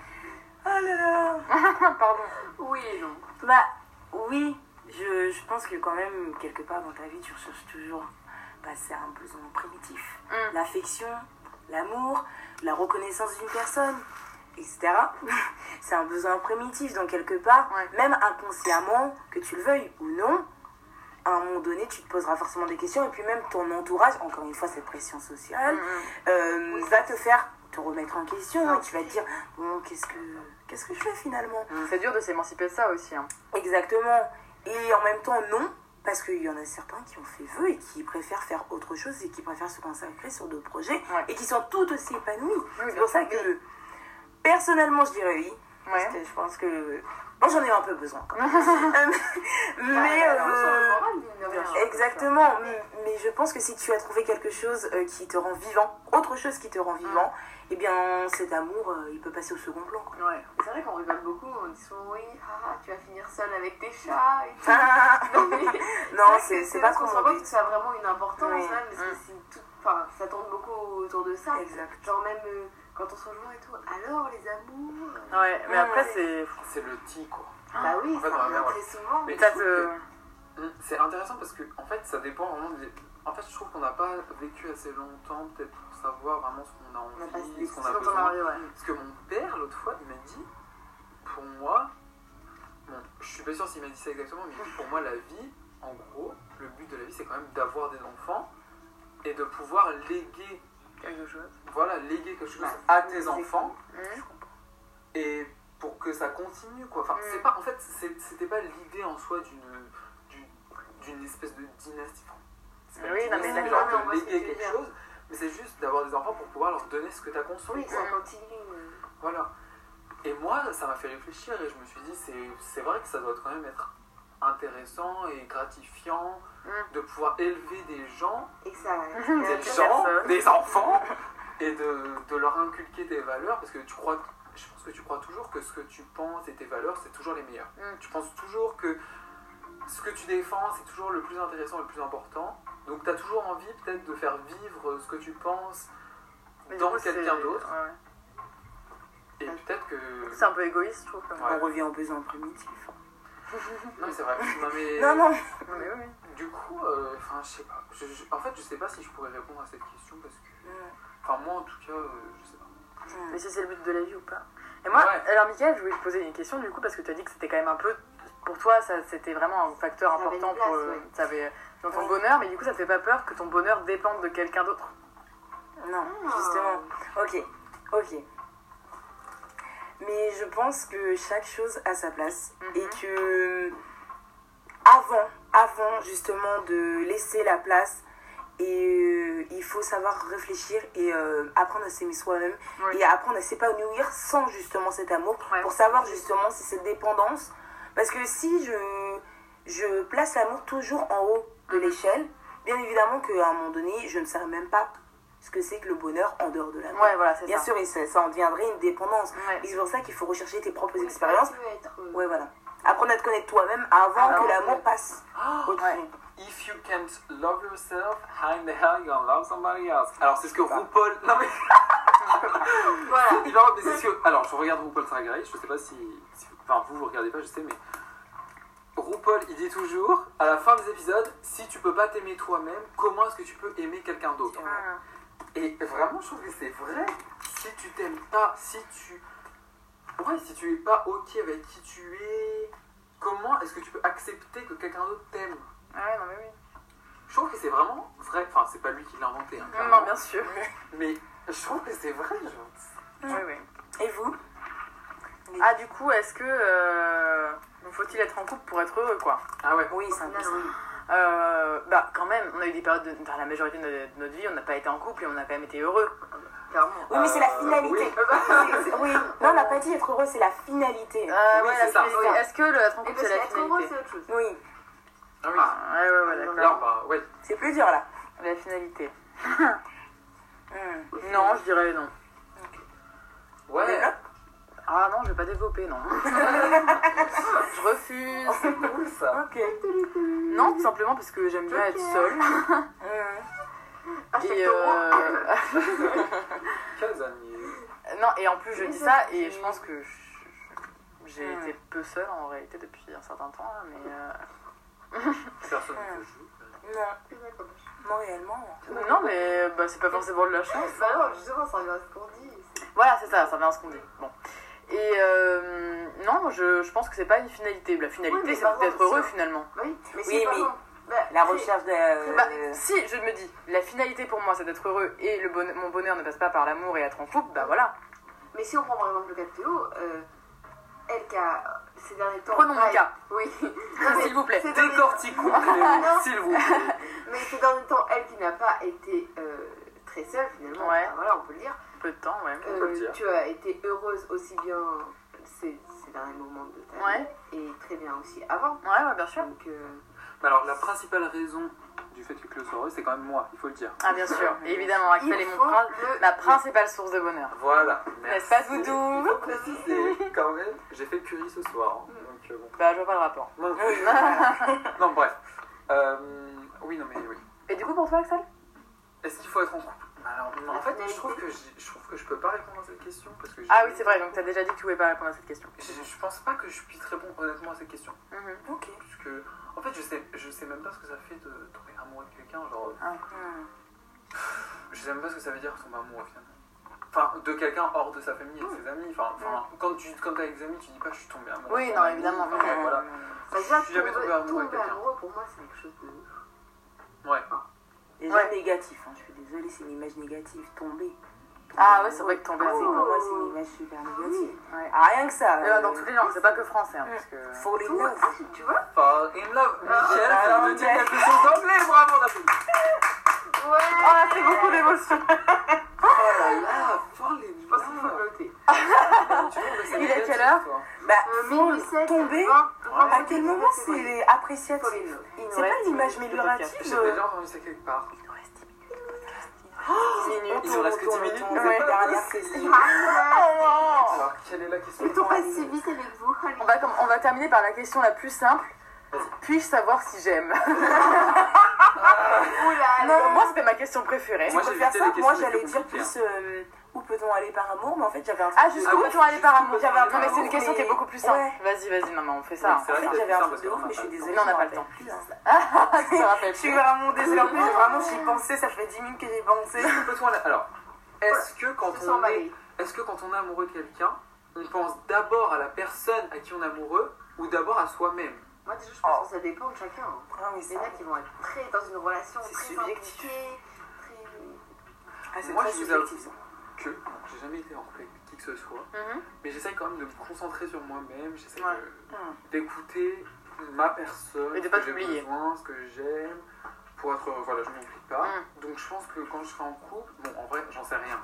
Oh là là. Pardon. Oui et non. Bah oui, je, je pense que quand même, quelque part dans ta vie, tu recherches toujours bah, c'est un besoin primitif. Mm. L'affection, l'amour, la reconnaissance d'une personne, et cetera. C'est un besoin primitif, donc quelque part, Ouais. même inconsciemment, que tu le veuilles ou non, à un moment donné, tu te poseras forcément des questions, et puis même ton entourage, encore une fois, cette pression sociale, Mm, euh, Oui. va te faire te remettre en question, Ah. et tu vas te dire, bon, qu'est-ce que, qu'est-ce que je fais finalement? mm. C'est dur de s'émanciper de ça aussi. Hein. Exactement. Et en même temps, non, parce qu'il y en a certains qui ont fait vœu et qui préfèrent faire autre chose et qui préfèrent se consacrer sur d'autres projets Ouais. et qui sont tout aussi épanouis. Oui, C'est bien pour ça sûr. que, personnellement, je dirais oui. Parce Ouais. que je pense que... Bon, j'en ai un peu besoin quand même. Euh, mais... alors, sur le euh, moral, mine de rien. bien sûr. Exactement, mais, mais je pense que si tu as trouvé quelque chose euh, qui te rend vivant, autre chose qui te rend vivant, eh bien cet amour, euh, il peut passer au second plan. Quoi. Ouais. C'est vrai qu'on rigole beaucoup, on dit souvent oui, ah, tu vas finir seule avec tes chats et tout. Ah, Non, mais non, vrai que c'est c'est là pas qu'on trop se rend mon compte but. que ça a vraiment une importance, Oui. hein, parce que Mm. c'est tout, enfin, ça tourne beaucoup autour de ça. Exact. Genre même euh, quand on se rejoint et tout, alors les amours. euh, Ouais, mais Ouais. après c'est... C'est le ti quoi. Bah oui, En fait, ça on va revient voir. très souvent. Mais Ça je trouve te... Hum, C'est intéressant parce que en fait ça dépend vraiment des... En fait je trouve qu'on n'a pas vécu assez longtemps peut-être pour savoir vraiment ce qu'on a On n'a pas envie, ce qu'on Ce a dont on a besoin. envie, ouais. Parce que mon père l'autre fois il m'a dit, pour moi, bon je suis pas sûr s'il m'a dit ça exactement, mais il dit pour moi la vie, en gros, le but de la vie c'est quand même d'avoir des enfants et de pouvoir léguer, Quelque chose. voilà, léguer quelque chose Bah, à tes c'est enfants Mm. et pour que ça continue quoi. Enfin, Mm. c'est pas, en fait c'est- c'était pas l'idée en soi d'une d'une- d'une espèce de dynastie. Enfin, c'est pas Oui, une non, mais dynastie, d'accord. genre On voit de ce que léguer tu veux quelque dire. chose, mais c'est juste d'avoir des enfants pour pouvoir leur donner ce que tu as construit. Oui, quoi. ça continue. euh. Voilà. Et moi, ça m'a fait réfléchir et je me suis dit, c'est c'est vrai que ça doit quand même être intéressant et gratifiant Mm. de pouvoir élever des gens, Et que ça. des Des gens, personnes. des enfants, et de, de leur inculquer tes valeurs, parce que tu crois, je pense que tu crois toujours que ce que tu penses et tes valeurs, c'est toujours les meilleurs. Mm. Tu penses toujours que ce que tu défends, c'est toujours le plus intéressant, le plus important. Donc tu as toujours envie peut-être de faire vivre ce que tu penses Mais du dans coup, quelqu'un c'est- d'autre. ouais, ouais. Et peut-être que... C'est un peu égoïste, je trouve. quand même. Ouais. On revient aux besoins primitifs. Non mais c'est vrai. Non, mais... Non, non. Mais oui, oui. Du coup, euh, enfin je sais pas. Je- je- en fait je sais pas si je pourrais répondre à cette question parce que... Mm. Enfin moi en tout cas, euh, je sais pas. Mm. Mais si c'est le but de la vie ou pas. Et moi, Ouais. alors Mickaël, je voulais te poser une question du coup, parce que tu as dit que c'était quand même un peu. Pour toi, ça, c'était vraiment un facteur Ça avait important une place, pour, euh, ouais. ça avait- dans ton Ouais. bonheur, mais du coup, ça te fait pas peur que ton bonheur dépende de quelqu'un d'autre? Non, Ah. justement. Ok, ok. Mais je pense que chaque chose a sa place Mhm. et que avant, avant justement de laisser la place, et euh, il faut savoir réfléchir et euh, apprendre à s'aimer soi-même Oui. et apprendre à s'épanouir sans justement cet amour Ouais. pour savoir justement si cette dépendance, parce que si je, je place l'amour toujours en haut de Mhm. l'échelle, bien évidemment qu'à un moment donné je ne saurais même pas ce que c'est que le bonheur en dehors de l'amour. Ouais, voilà, c'est Bien ça. sûr, et ça, ça en deviendrait une dépendance. Ouais. Et c'est pour ça qu'il faut rechercher tes propres Oui, expériences. tu veux être, euh, Ouais, voilà. Apprendre à te connaître toi-même avant Alors, que l'amour ouais. passe au-dessus. Ouais. If you can't love yourself, how in the hell you gonna love somebody else? Alors c'est ce que Je sais pas. RuPaul... Non mais... Voilà. Non mais c'est ce que... Alors je regarde RuPaul Drag Race, je sais pas si... si- Enfin vous, vous regardez pas, je sais, mais... RuPaul, il dit toujours, à la fin des épisodes, si tu peux pas t'aimer toi-même, comment est-ce que tu peux aimer quelqu'un d'autre? Ah. Et vraiment, je trouve que c'est vrai. Si tu t'aimes pas, si tu... Ouais, si tu es pas ok avec qui tu es, comment est-ce que tu peux accepter que quelqu'un d'autre t'aime? Ah ouais, non, mais oui. Je trouve que c'est vraiment vrai. Enfin, c'est pas lui qui l'a inventé, hein, Non, clairement. non, bien sûr. Mais je trouve que c'est vrai, genre. Oui, oui. Et vous? Ah, du coup, est-ce que. Euh... donc, faut-il être en couple pour être heureux, quoi? Ah ouais. Oui, c'est un peu ça. Euh, bah quand même, on a eu des périodes, de, dans la majorité de notre, de notre vie, on n'a pas été en couple et on a quand même été heureux. Clairement. Oui, mais c'est la Euh, finalité. oui. Oui, non, on n'a pas dit être heureux, c'est la finalité. Euh, Oui, ouais, c'est la ça. finalité. Est-ce que le être en Et couple, parce c'est la qu'être heureux, finalité? c'est autre chose. Oui, Ah oui. Ah, ouais, ouais, ouais, d'accord. Alors, bah, ouais. c'est plus dur là. La finalité. Hmm. Non, je dirais non. Ouais. Ah non, je vais pas développer, non. Je refuse. C'est cool ça. Ok. Non, tout simplement parce que j'aime bien être seule. Hmm. Et euh... Casanier. non, et en plus je dis ça et je pense que je- j'ai Hmm. été peu seule en réalité depuis un certain temps, là, mais euh... Personne ne te joue. Non, non réellement. non, mais bah, c'est pas forcément de la chance. Bah non, justement, ça revient à ce qu'on dit. c'est- Voilà, c'est ça, ça vient à ce qu'on dit. Bon. Et euh, non, je, je pense que c'est pas une finalité. La finalité, Oui, mais c'est par d'être contre, heureux ça- finalement. Bah oui, mais Oui, c'est pas mais bon. Bah, La c'est- recherche de. Bah, si je me dis, la finalité pour moi c'est d'être heureux et le bonheur, mon bonheur ne passe pas par l'amour et être en couple, bah voilà. Mais si on prend par exemple le cas de Théo, euh, elle qui a ces derniers temps. Prenons mon pareil- cas. Oui. S'il vous plaît. Ces derniers- Décortiquons, Non. s'il vous plaît. Mais ces derniers temps, elle qui n'a pas été euh, très seule finalement, Ouais. enfin, voilà, on peut le dire. Peu de temps, ouais. On peut le Euh, dire. tu as été heureuse aussi bien ces, ces derniers moments de ta vie Ouais. et très bien aussi avant. Ouais, ouais, bien sûr. Donc, euh, Mais alors, la principale raison du fait que Cléo soit heureuse, c'est quand même moi, il faut le dire. Ah, bien sûr. Et évidemment, Axel il est mon faut prin- le ma dire. principale source de bonheur. Voilà. N'est-ce pas, Merci. Doudou? Il faut préciser, quand même. J'ai fait curry ce soir. hein, donc, euh, bon. Bah, je vois pas le rapport. Moi non plus. Non, bref. Euh, oui, non, mais oui. Et du coup, pour toi, Axel? Est-ce qu'il faut être en couple? Alors, non, en fait, je trouve que j'ai- je trouve que je peux pas répondre à cette question parce que j'ai- Ah oui, c'est vrai, donc t'as déjà dit que tu pouvais pas répondre à cette question. Je, je pense pas que je puisse répondre honnêtement à cette question. Mhm. Ok. Puisque, en fait, je sais, je sais même pas ce que ça fait de tomber amoureux de quelqu'un. Genre, Hmm. je sais même pas ce que ça veut dire tomber amoureux finalement. Enfin, de quelqu'un hors de sa famille et de ses amis. Enfin, enfin quand tu quand t'es avec des amis, tu dis pas je suis tombé amoureux. Oui, de non, ton ami. évidemment. Enfin, ouais, voilà. bah, déjà, Je suis jamais tomber- tombé amoureux avec tomber quelqu'un. amoureux, pour moi, c'est quelque chose de. Ouais. Déjà Ouais. négatif, hein. Je suis désolée, c'est une image négative. Tomber. Ah ouais, c'est vrai que tomber C'est amoureux. pour moi, c'est une image super négative. Ouais. Ah, rien que ça. Et, euh, dans toutes les langues, c'est pas que français, hein, parce que... Fall in Tout, love. ah, tu vois? Fall in love. Michel Ah, vient de dire quelque chose d'anglais. Bravo, on applaudit. Ouais! Ah, c'est beaucoup d'émotions. Oh là là, fall in Je pense qu'il faut le love. noter. Tu vois, mais c'est Il est négatif, quelle heure toi. Bah, Euh, fall, mille dix-sept, tomber. vingt, vingt, À quel moment c'est appréciatif? Fall in love. Il nous C'est pas reste une image dix minutes de améliorative. podcast. J'ai déjà entendu ça quelque part. Il nous reste dix minutes de podcast. dix minutes. Il nous reste que dix on tourne, minutes, on tourne. ouais. Dernière question. Alors, quelle est la question? Le temps passe si vite avec vous. On va, com- on va terminer par la question la plus simple. Puis-je savoir si j'aime? Oula, Non, moi c'était ma question préférée. Moi, Tu peux j'ai faire évité ça. les questions Moi, les j'allais plus dire compliquées, plus euh, où peut-on aller par amour, mais en fait, j'avais un truc. Ah, de- jusqu'où Ah, peut-on aller par amour? J'avais un Non, mais c'est une truc, question qui est mais- beaucoup plus simple. Ouais. Vas-y, vas-y, non, mais on fait ça. Oui, c'est En vrai fait, que j'avais c'est un ça, truc parce de qu'on ouf, a mais je pas suis le temps. désolée. Non, on n'a je pas m'en le temps. rappelle plus, hein. Je te rappelle Je suis plus. vraiment désolée. En plus, vraiment, j'y pensais. Ça fait dix minutes que j'y pensais. Peut-on aller- Alors, est-ce que quand Je me sens on est, emballée. est-ce que quand on est amoureux de quelqu'un, on pense d'abord à la personne à qui on est amoureux ou d'abord à soi-même? Moi, déjà, je pense que ça dépend de chacun. hein. Ah oui, Il y en a qui vont être très dans une relation C'est très subjectif. impliquée, très... Ah, c'est Moi, très je vous subjectif, ça. Que bon, j'ai jamais été en couple avec qui que ce soit, Mhm. mais j'essaye quand même de me concentrer sur moi-même, j'essaye Ouais. de- Hum. d'écouter ma personne, Et de ce pas que j'ai t'oublier. besoin, ce que j'aime, pour être, voilà, je m'oublie pas. Mm. Donc je pense que quand je serai en couple, bon, en vrai, j'en sais rien.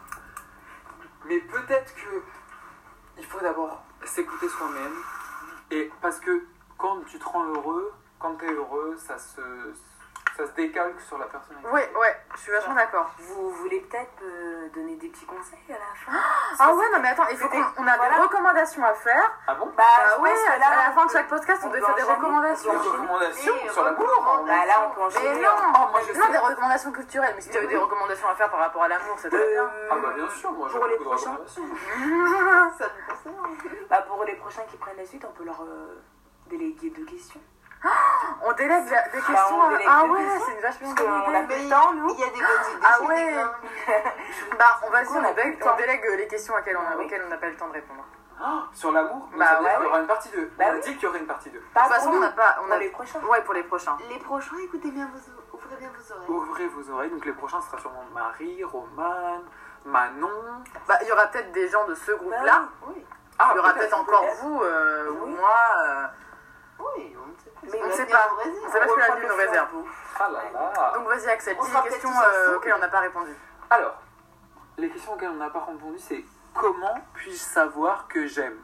Mais peut-être que il faut d'abord s'écouter soi-même, et parce que quand tu te rends heureux, quand tu es heureux, ça se, ça se décalque sur la personne. avec Ouais, ouais, je suis vachement d'accord. Vous voulez peut-être euh, donner des petits conseils à la fin? Ah ouais, non mais attends, il faut C'était- qu'on on a voilà. des recommandations à faire. Ah bon? Bah, Ah je ouais, pense que à là, la on fin de peut- chaque podcast, on on doit peut faire des enchaîner. recommandations. Des enchaîner. recommandations Et sur l'amour? recommandations. Bah là, on peut Mais enchaîner. non, Ah, moi, je non, sais. des recommandations culturelles. Mais si tu avais des recommandations à faire par rapport à l'amour, c'est très bien. Euh, Ah bah bien sûr, moi j'ai Pour les beaucoup de prochains. recommandations. Ça nous concerne. Bah, pour les prochains qui prennent la suite, on peut leur euh, déléguer deux questions. On délègue la- des Bah, questions. on à- délègue Ah des ouais, questions. c'est une vachement Parce qu'on bonne a idée. plus le temps, nous. Il y a des bonnes idées. Ah chez ouais. les gars. Bah, on va-y, On a on plus délègue, le temps. on délègue les questions auxquelles on Ah a- oui. auxquelles on n'a pas eu le temps de répondre. Ah, sur l'amour, donc Bah ça veut dire ouais. qu'il y aura une partie deux. Bah on a oui. dit qu'il y aurait une partie deux. De Pas toute façon, pour on n'a nous, pas. On pour a... les prochains. Ouais, pour les prochains. Les prochains, écoutez bien vos... Ouvrez bien vos oreilles. Ouvrez vos oreilles, donc les prochains ce sera sûrement Marie, Romane, Manon. Bah, il y aura peut-être des gens de ce Bah, groupe-là. oui. Ah, Il y aura peut-être encore peut-être. vous euh, ou Oui. moi. euh, Oui, on ne sait pas. Mais Ça on va sait venir pas. nous réserver. On sait pas ce que la vie nous réserve. Ah là là. Donc vas-y, Axel, On dis sera les peut-être questions tous euh, ensemble. auxquelles on n'a pas répondu. Alors, les questions auxquelles on n'a pas répondu, c'est comment puis-je savoir que j'aime?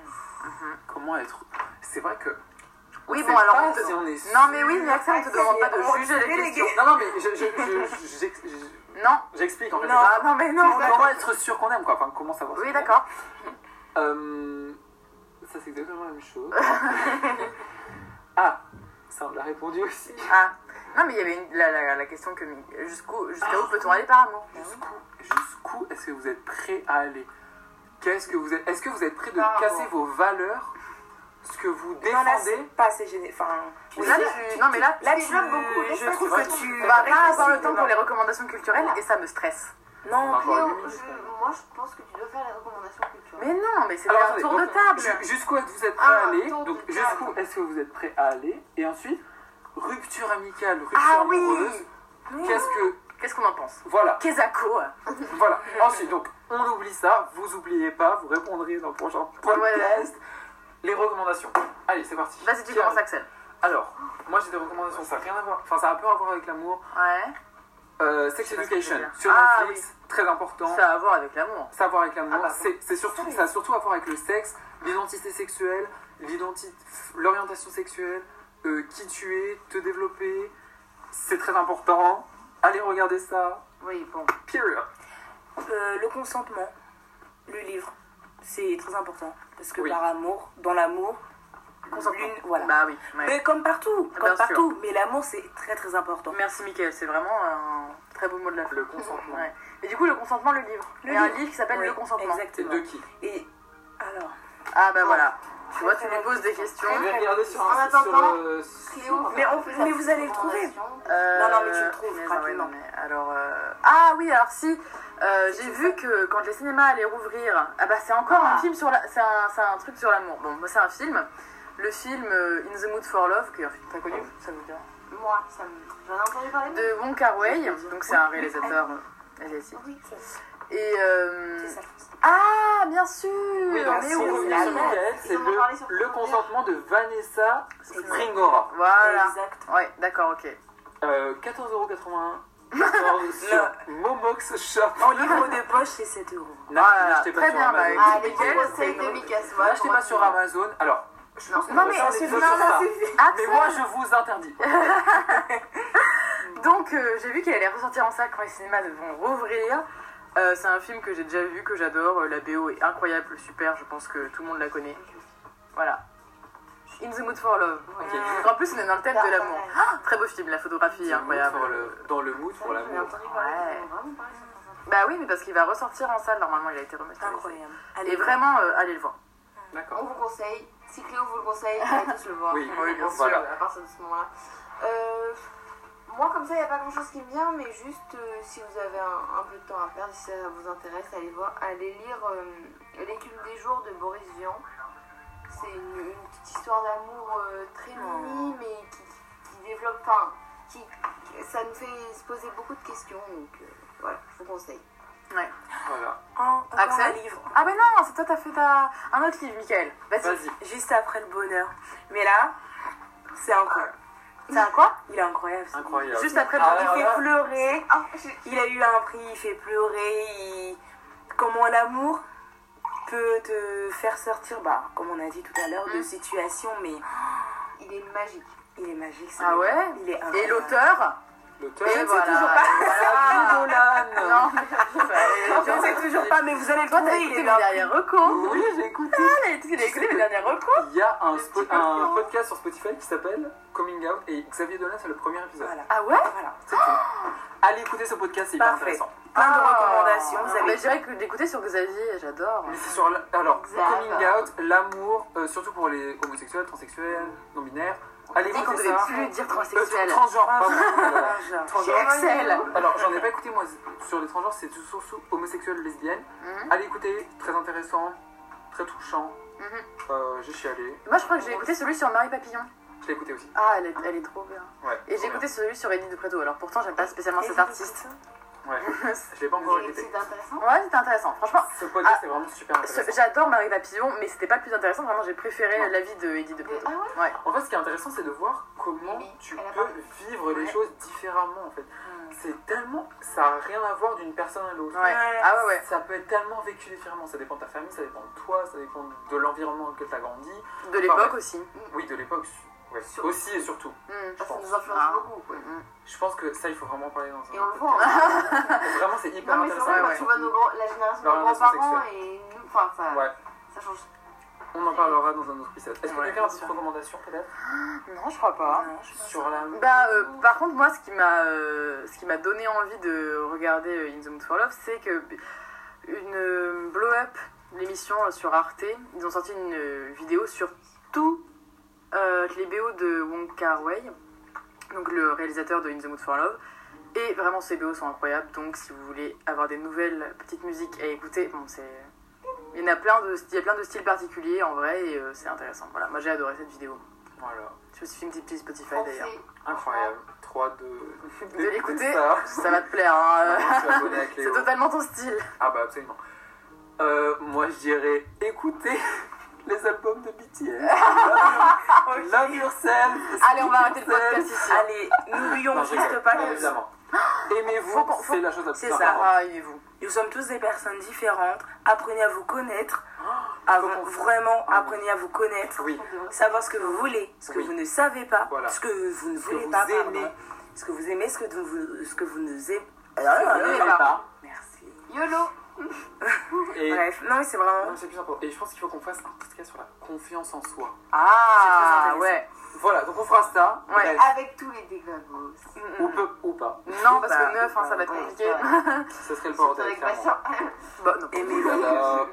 Comment être... C'est vrai que... on Oui, sait bon, alors, pas on te- si on est Non, mais oui, mais Axel, on te Axel, demande pas de on juger va les déléguer. questions. Non, non, mais je, je, je- je- j'ex- je- Non, j'explique en fait. Non. ah, non, mais non. Comment être sûr qu'on aime, quoi. Enfin, comment savoir si Oui, on aime. d'accord. Euh, ça, c'est exactement la même chose. Ah, ça, on l'a répondu aussi. Ah, non, mais il y avait une- la, la, la question que jusqu'où jusqu'à où peut-on aller par amour? Jusqu'où jusqu'où est-ce que vous êtes prêt à aller? Qu'est-ce que vous êtes Est-ce que vous êtes prêt de Par casser rapport. vos valeurs, ce que vous Non, là, défendez? c'est pas assez gêné. Enfin, Là, tu... Non, mais là, là, tu tu... développes beaucoup, Je laisse trouve pas, que tu tu... on va pas avoir le rétrécis, temps pour les recommandations culturelles et ça me stresse. Non, Encore Cléo, huit minutes, je- quand même. moi je pense que tu dois faire les recommandations culturelles. Mais non, mais c'est Alors, un attendez, tour de donc, table. ju- Jusqu'où est-ce que vous êtes prêt Ah, à aller? tour de Donc, table. jusqu'où est-ce que vous êtes prêt à aller? Et ensuite, rupture amicale, rupture Ah oui. amoureuse. Qu'est-ce que... Qu'est-ce qu'on en pense? Voilà, Kezako. voilà. Ensuite, donc, on oublie ça, vous oubliez pas, vous répondrez dans le prochain podcast. Les recommandations. Allez, c'est parti. Vas-y, tu Qui commences, arrive? Axel. Alors, moi j'ai des recommandations, ça n'a rien à voir, enfin ça a un peu à voir avec l'amour. Ouais. Euh, Sex Je sais pas ce que Education je veux dire. sur Ah, Netflix, très important. Ça a à voir avec l'amour. Ça a à voir avec l'amour, Ah, bah, c'est c'est surtout, oui. ça a surtout à voir avec le sexe, l'identité sexuelle, l'identité, l'orientation sexuelle, euh, qui tu es, te développer, c'est très important. Allez regarder ça. Oui, bon. Period. Euh, le consentement, le livre, c'est très important. Parce que Oui. par amour, dans l'amour, Consentement. l'une- voilà. Bah oui. ouais. Mais comme partout, Bien comme sûr. partout. Mais l'amour, c'est très très important. Merci, Mickaël. C'est vraiment un très beau mot de la fin. Le consentement. Ouais. Et du coup, le consentement, le livre. Le Il y a un livre. livre qui s'appelle Oui, Le consentement. C'est Exactement. de qui? Et alors, Ah bah voilà. Tu Très, vois, très tu lui bonne poses des question. questions. Je vais regarder sur En un site sur... attendant, euh, Cléo, Mais on- fait mais sa vous allez le trouver. recommandation. Euh, Non, non, mais tu le trouves mais rapidement. non, mais alors, euh, ah oui, alors si, euh, j'ai vu que quand les cinémas allaient rouvrir, ah bah c'est encore un Ah. film sur la, c'est un, c'est un truc sur l'amour. Bon, moi c'est un film, le film euh, In the Mood for Love, qui est un film très connu, ça vous dit, Moi, ça me... j'en ai entendu parler. mais- de Wong Kar-wai, donc c'est un réalisateur euh, asiatique. Oui, Et euh, c'est ça. ah bien sûr, Oui, donc mais si oui, vous oui, venez oui. sur Michael, c'est Ils en ont parlé sur le, le Twitter. consentement de Vanessa Springora. Voilà. Exact. Ouais, d'accord, ok. Euh, quatorze euros quatre-vingt-un sur Momox Shop. En livre de poche, c'est sept euros. Voilà, N'achetez pas très sur bien, bah, Amazon. Ah, les Mickaël, bons c'est conseils de une- Mika, N'achetez pas sur Amazon. Alors, je pense que Non on va mais faire un c'est épisode non, sur ça. non, Mais Axel, moi, je vous interdis. Donc, euh, j'ai vu qu'elle allait ressortir en salle quand les cinémas vont rouvrir. Euh, c'est un film que j'ai déjà vu, que j'adore. La B O est incroyable, super. Je pense que tout le monde la connaît. Voilà. In the Mood for Love. Ok. Donc, en plus, on est dans le thème de l'amour. Ah, très beau film, la photographie est incroyable. Pour le- Dans le mood pour l'amour. Ouais. Bah oui, mais parce qu'il va ressortir en salle, normalement, il a été remis. Incroyable. Et vraiment, euh, allez le voir. On D'accord. vous conseille, si Cléo vous le conseille, allez tous le voir. Oui, Oui, bien sûr. voilà. À partir de ce moment-là. Euh, moi, comme ça, il n'y a pas grand-chose qui me vient, mais juste euh, si vous avez un, un peu de temps à perdre, si ça vous intéresse, allez, voir, allez lire euh, L'écume des jours de Boris Vian. C'est une, une petite histoire d'amour euh, très mini, mais qui, qui développe, enfin, qui, qui- ça nous fait se poser beaucoup de questions, donc euh, voilà, je vous conseille. Ouais. Voilà. Encore Axel un livre. Ah, mais non, c'est toi, t'as fait ta... un autre livre, Michael. Vas-y. Vas-y. Juste après le bonheur. Mais là, c'est incroyable. C'est un quoi? Il est incroyable. ce livre. Incroyable. Juste après le Ah, Il alors fait là, pleurer. Ah, j'ai- Il a eu un prix, il fait pleurer. il- Comment l'amour peut te faire sortir, bah, comme on a dit tout à l'heure, de Mm. situations, mais il est magique. il est magique. ce Ah livre. ouais? Il est Et incroyable. l'auteur? L'auteur, Et c'est voilà. toujours pas. Voilà. Dolan. Non. Je ne sais toujours pas, mais vous allez le Toi, t'as trouver. Il écouté est mes là. derniers recos. Oui, j'ai écouté. Elle a écouté les derniers recos. Il y a un, spo- petit un papillon. podcast sur Spotify qui s'appelle Coming Out et Xavier Dolan, c'est le premier épisode. Voilà. Ah ouais? Voilà. C'est tout. Allez écouter ce podcast, c'est hyper Parfait. intéressant. Plein de Ah. recommandations. Vous Mais avez je dirais que d'écouter sur Xavier, j'adore. Mais c'est sur la- alors Xav. Coming Out, l'amour, euh, surtout pour les homosexuels, transsexuels, non binaires. Allez On dit qu'on écouter devait ça. plus dire Euh, transexuel. transgenre, Ah, pardon. Transgenre. Transgenre. Axel. Alors j'en ai pas écouté moi sur les transgenres, c'est surtout homosexuels, lesbiennes. Mhm. Allez écouter, très intéressant, très touchant. Mhm. Euh, j'ai chialé. Moi, je crois que j'ai écouté celui sur Marie Papillon. Je l'ai écouté aussi. Ah, elle est, elle est trop bien. Ouais. Et j'ai trop écouté celui sur Eddie de Préto. Alors pourtant, j'aime pas spécialement cet artiste. bien. Ouais. Je l'ai pas encore Et écouté. c'est intéressant. Ouais, c'était intéressant. Franchement, Ce podcast Ah, est vraiment super ce- intéressant. j'adore Marie Papillon, mais c'était pas le plus intéressant. Vraiment, j'ai préféré Ouais. la vie de Eddie de Mais- Préto. ah ouais Ouais. En fait, ce qui est intéressant, c'est de voir comment Oui, tu elle a peux parlé. vivre les Ouais. choses différemment. En fait, c'est tellement, ça n'a rien à voir d'une personne à l'autre. Ouais. Ouais. Ah ouais, ouais. Ça peut être tellement vécu différemment. Ça dépend de ta famille, ça dépend de toi, ça dépend de l'environnement dans lequel tu as grandi. De l'époque aussi. Oui, de l'époque. Ouais. Sur- Aussi et surtout. Mhm. Je Ça pense. nous influence Ah. beaucoup. Quoi. Mhm. Je pense que ça, il faut vraiment parler dans un Et on le podcast. voit. hein. Vraiment, c'est hyper Non, mais c'est intéressant. vrai, Ouais, quand ouais. tu vois nos grands, la génération de nos L'orientation grands-parents sexuelle. et nous, enfin, ça, Ouais. ça change. On en parlera dans un autre épisode. Est-ce que Ouais, quelqu'un a bien d'autres sûr. recommandations peut-être Non, je crois pas. Non, je pense sur la. Bah, euh, par contre, moi, ce qui m'a euh, ce qui m'a donné envie de regarder euh, In the Mood for Love, c'est que une euh, Blow Up, l'émission euh, sur Arte, ils ont sorti une euh, vidéo sur tous euh, les B O de Wong Kar-wai, donc le réalisateur de In the Mood for Love. Et vraiment, ces B O sont incroyables. Donc, si vous voulez avoir des nouvelles petites musiques à écouter, bon, c'est il y en a plein de il y a plein de styles particuliers en vrai et euh, c'est intéressant. Voilà, moi j'ai adoré cette vidéo. Voilà. J'ai aussi fait une petite playlist Spotify d'ailleurs. Français. Incroyable. trois, deux. De l'écouter, ça. ça va te plaire. Hein. Vraiment, je suis abonné à C'est Cléo. totalement ton style. Ah bah absolument. Euh, moi je dirais écoutez les albums de B T S. Love, Love Yourself. Allez, on va arrêter le Yourself. podcast ici. hein. Allez, n'oublions Non, je juste rigole, pas bien que évidemment. Faut Aimez-vous, qu'on- faut- c'est la chose la plus c'est ça. importante. Ah, aimez-vous. nous sommes tous des personnes différentes. Apprenez à vous connaître. faut Avant- qu'on- vraiment, Ah. apprenez à vous connaître. Oui, Savoir ce que vous voulez, ce que Oui. vous ne savez pas, Voilà. ce que vous ne Ce que voulez vous pas, aimez. pardon. Ce que vous aimez, ce que vous, ce que vous ne aimez. ne aimez pas. pas. Merci. YOLO. Et, Bref, non mais c'est vraiment... non, c'est plus important. Et je pense qu'il faut qu'on fasse un podcast sur la confiance en soi. Ah, C'est très ouais. Voilà, donc on fera ça. Ouais. Bref. Avec tous les déglingos. Ou peu ou pas. Non, parce Bah, que meuf, hein, ça va être ouais, compliqué. c'est vrai. Ce serait le Surtout bordel. avec clairement. Bastien. Bah, non. Aimez-vous. Voilà.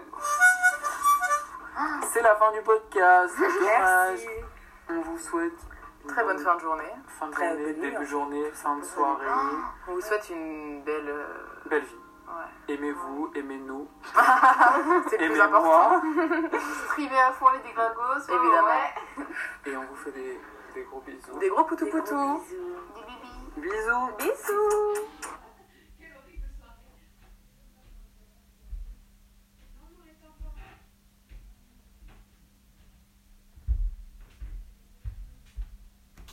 C'est la fin du podcast. Dommage. Merci. On vous souhaite une Très bonne fin de journée. fin de Très journée, bonne nuit, début hein. de journée, fin de soirée. On vous souhaite une belle. euh, Belle vie. Ouais. Aimez-vous, aimez-nous, C'est le plus important. aimez-moi. Streamer à fond les déglingos. ouais, Évidemment. ouais. Et on vous fait des, des gros bisous. Des gros poutou Des gros poutou. bisous. Des bibis. Bisous. Bisous.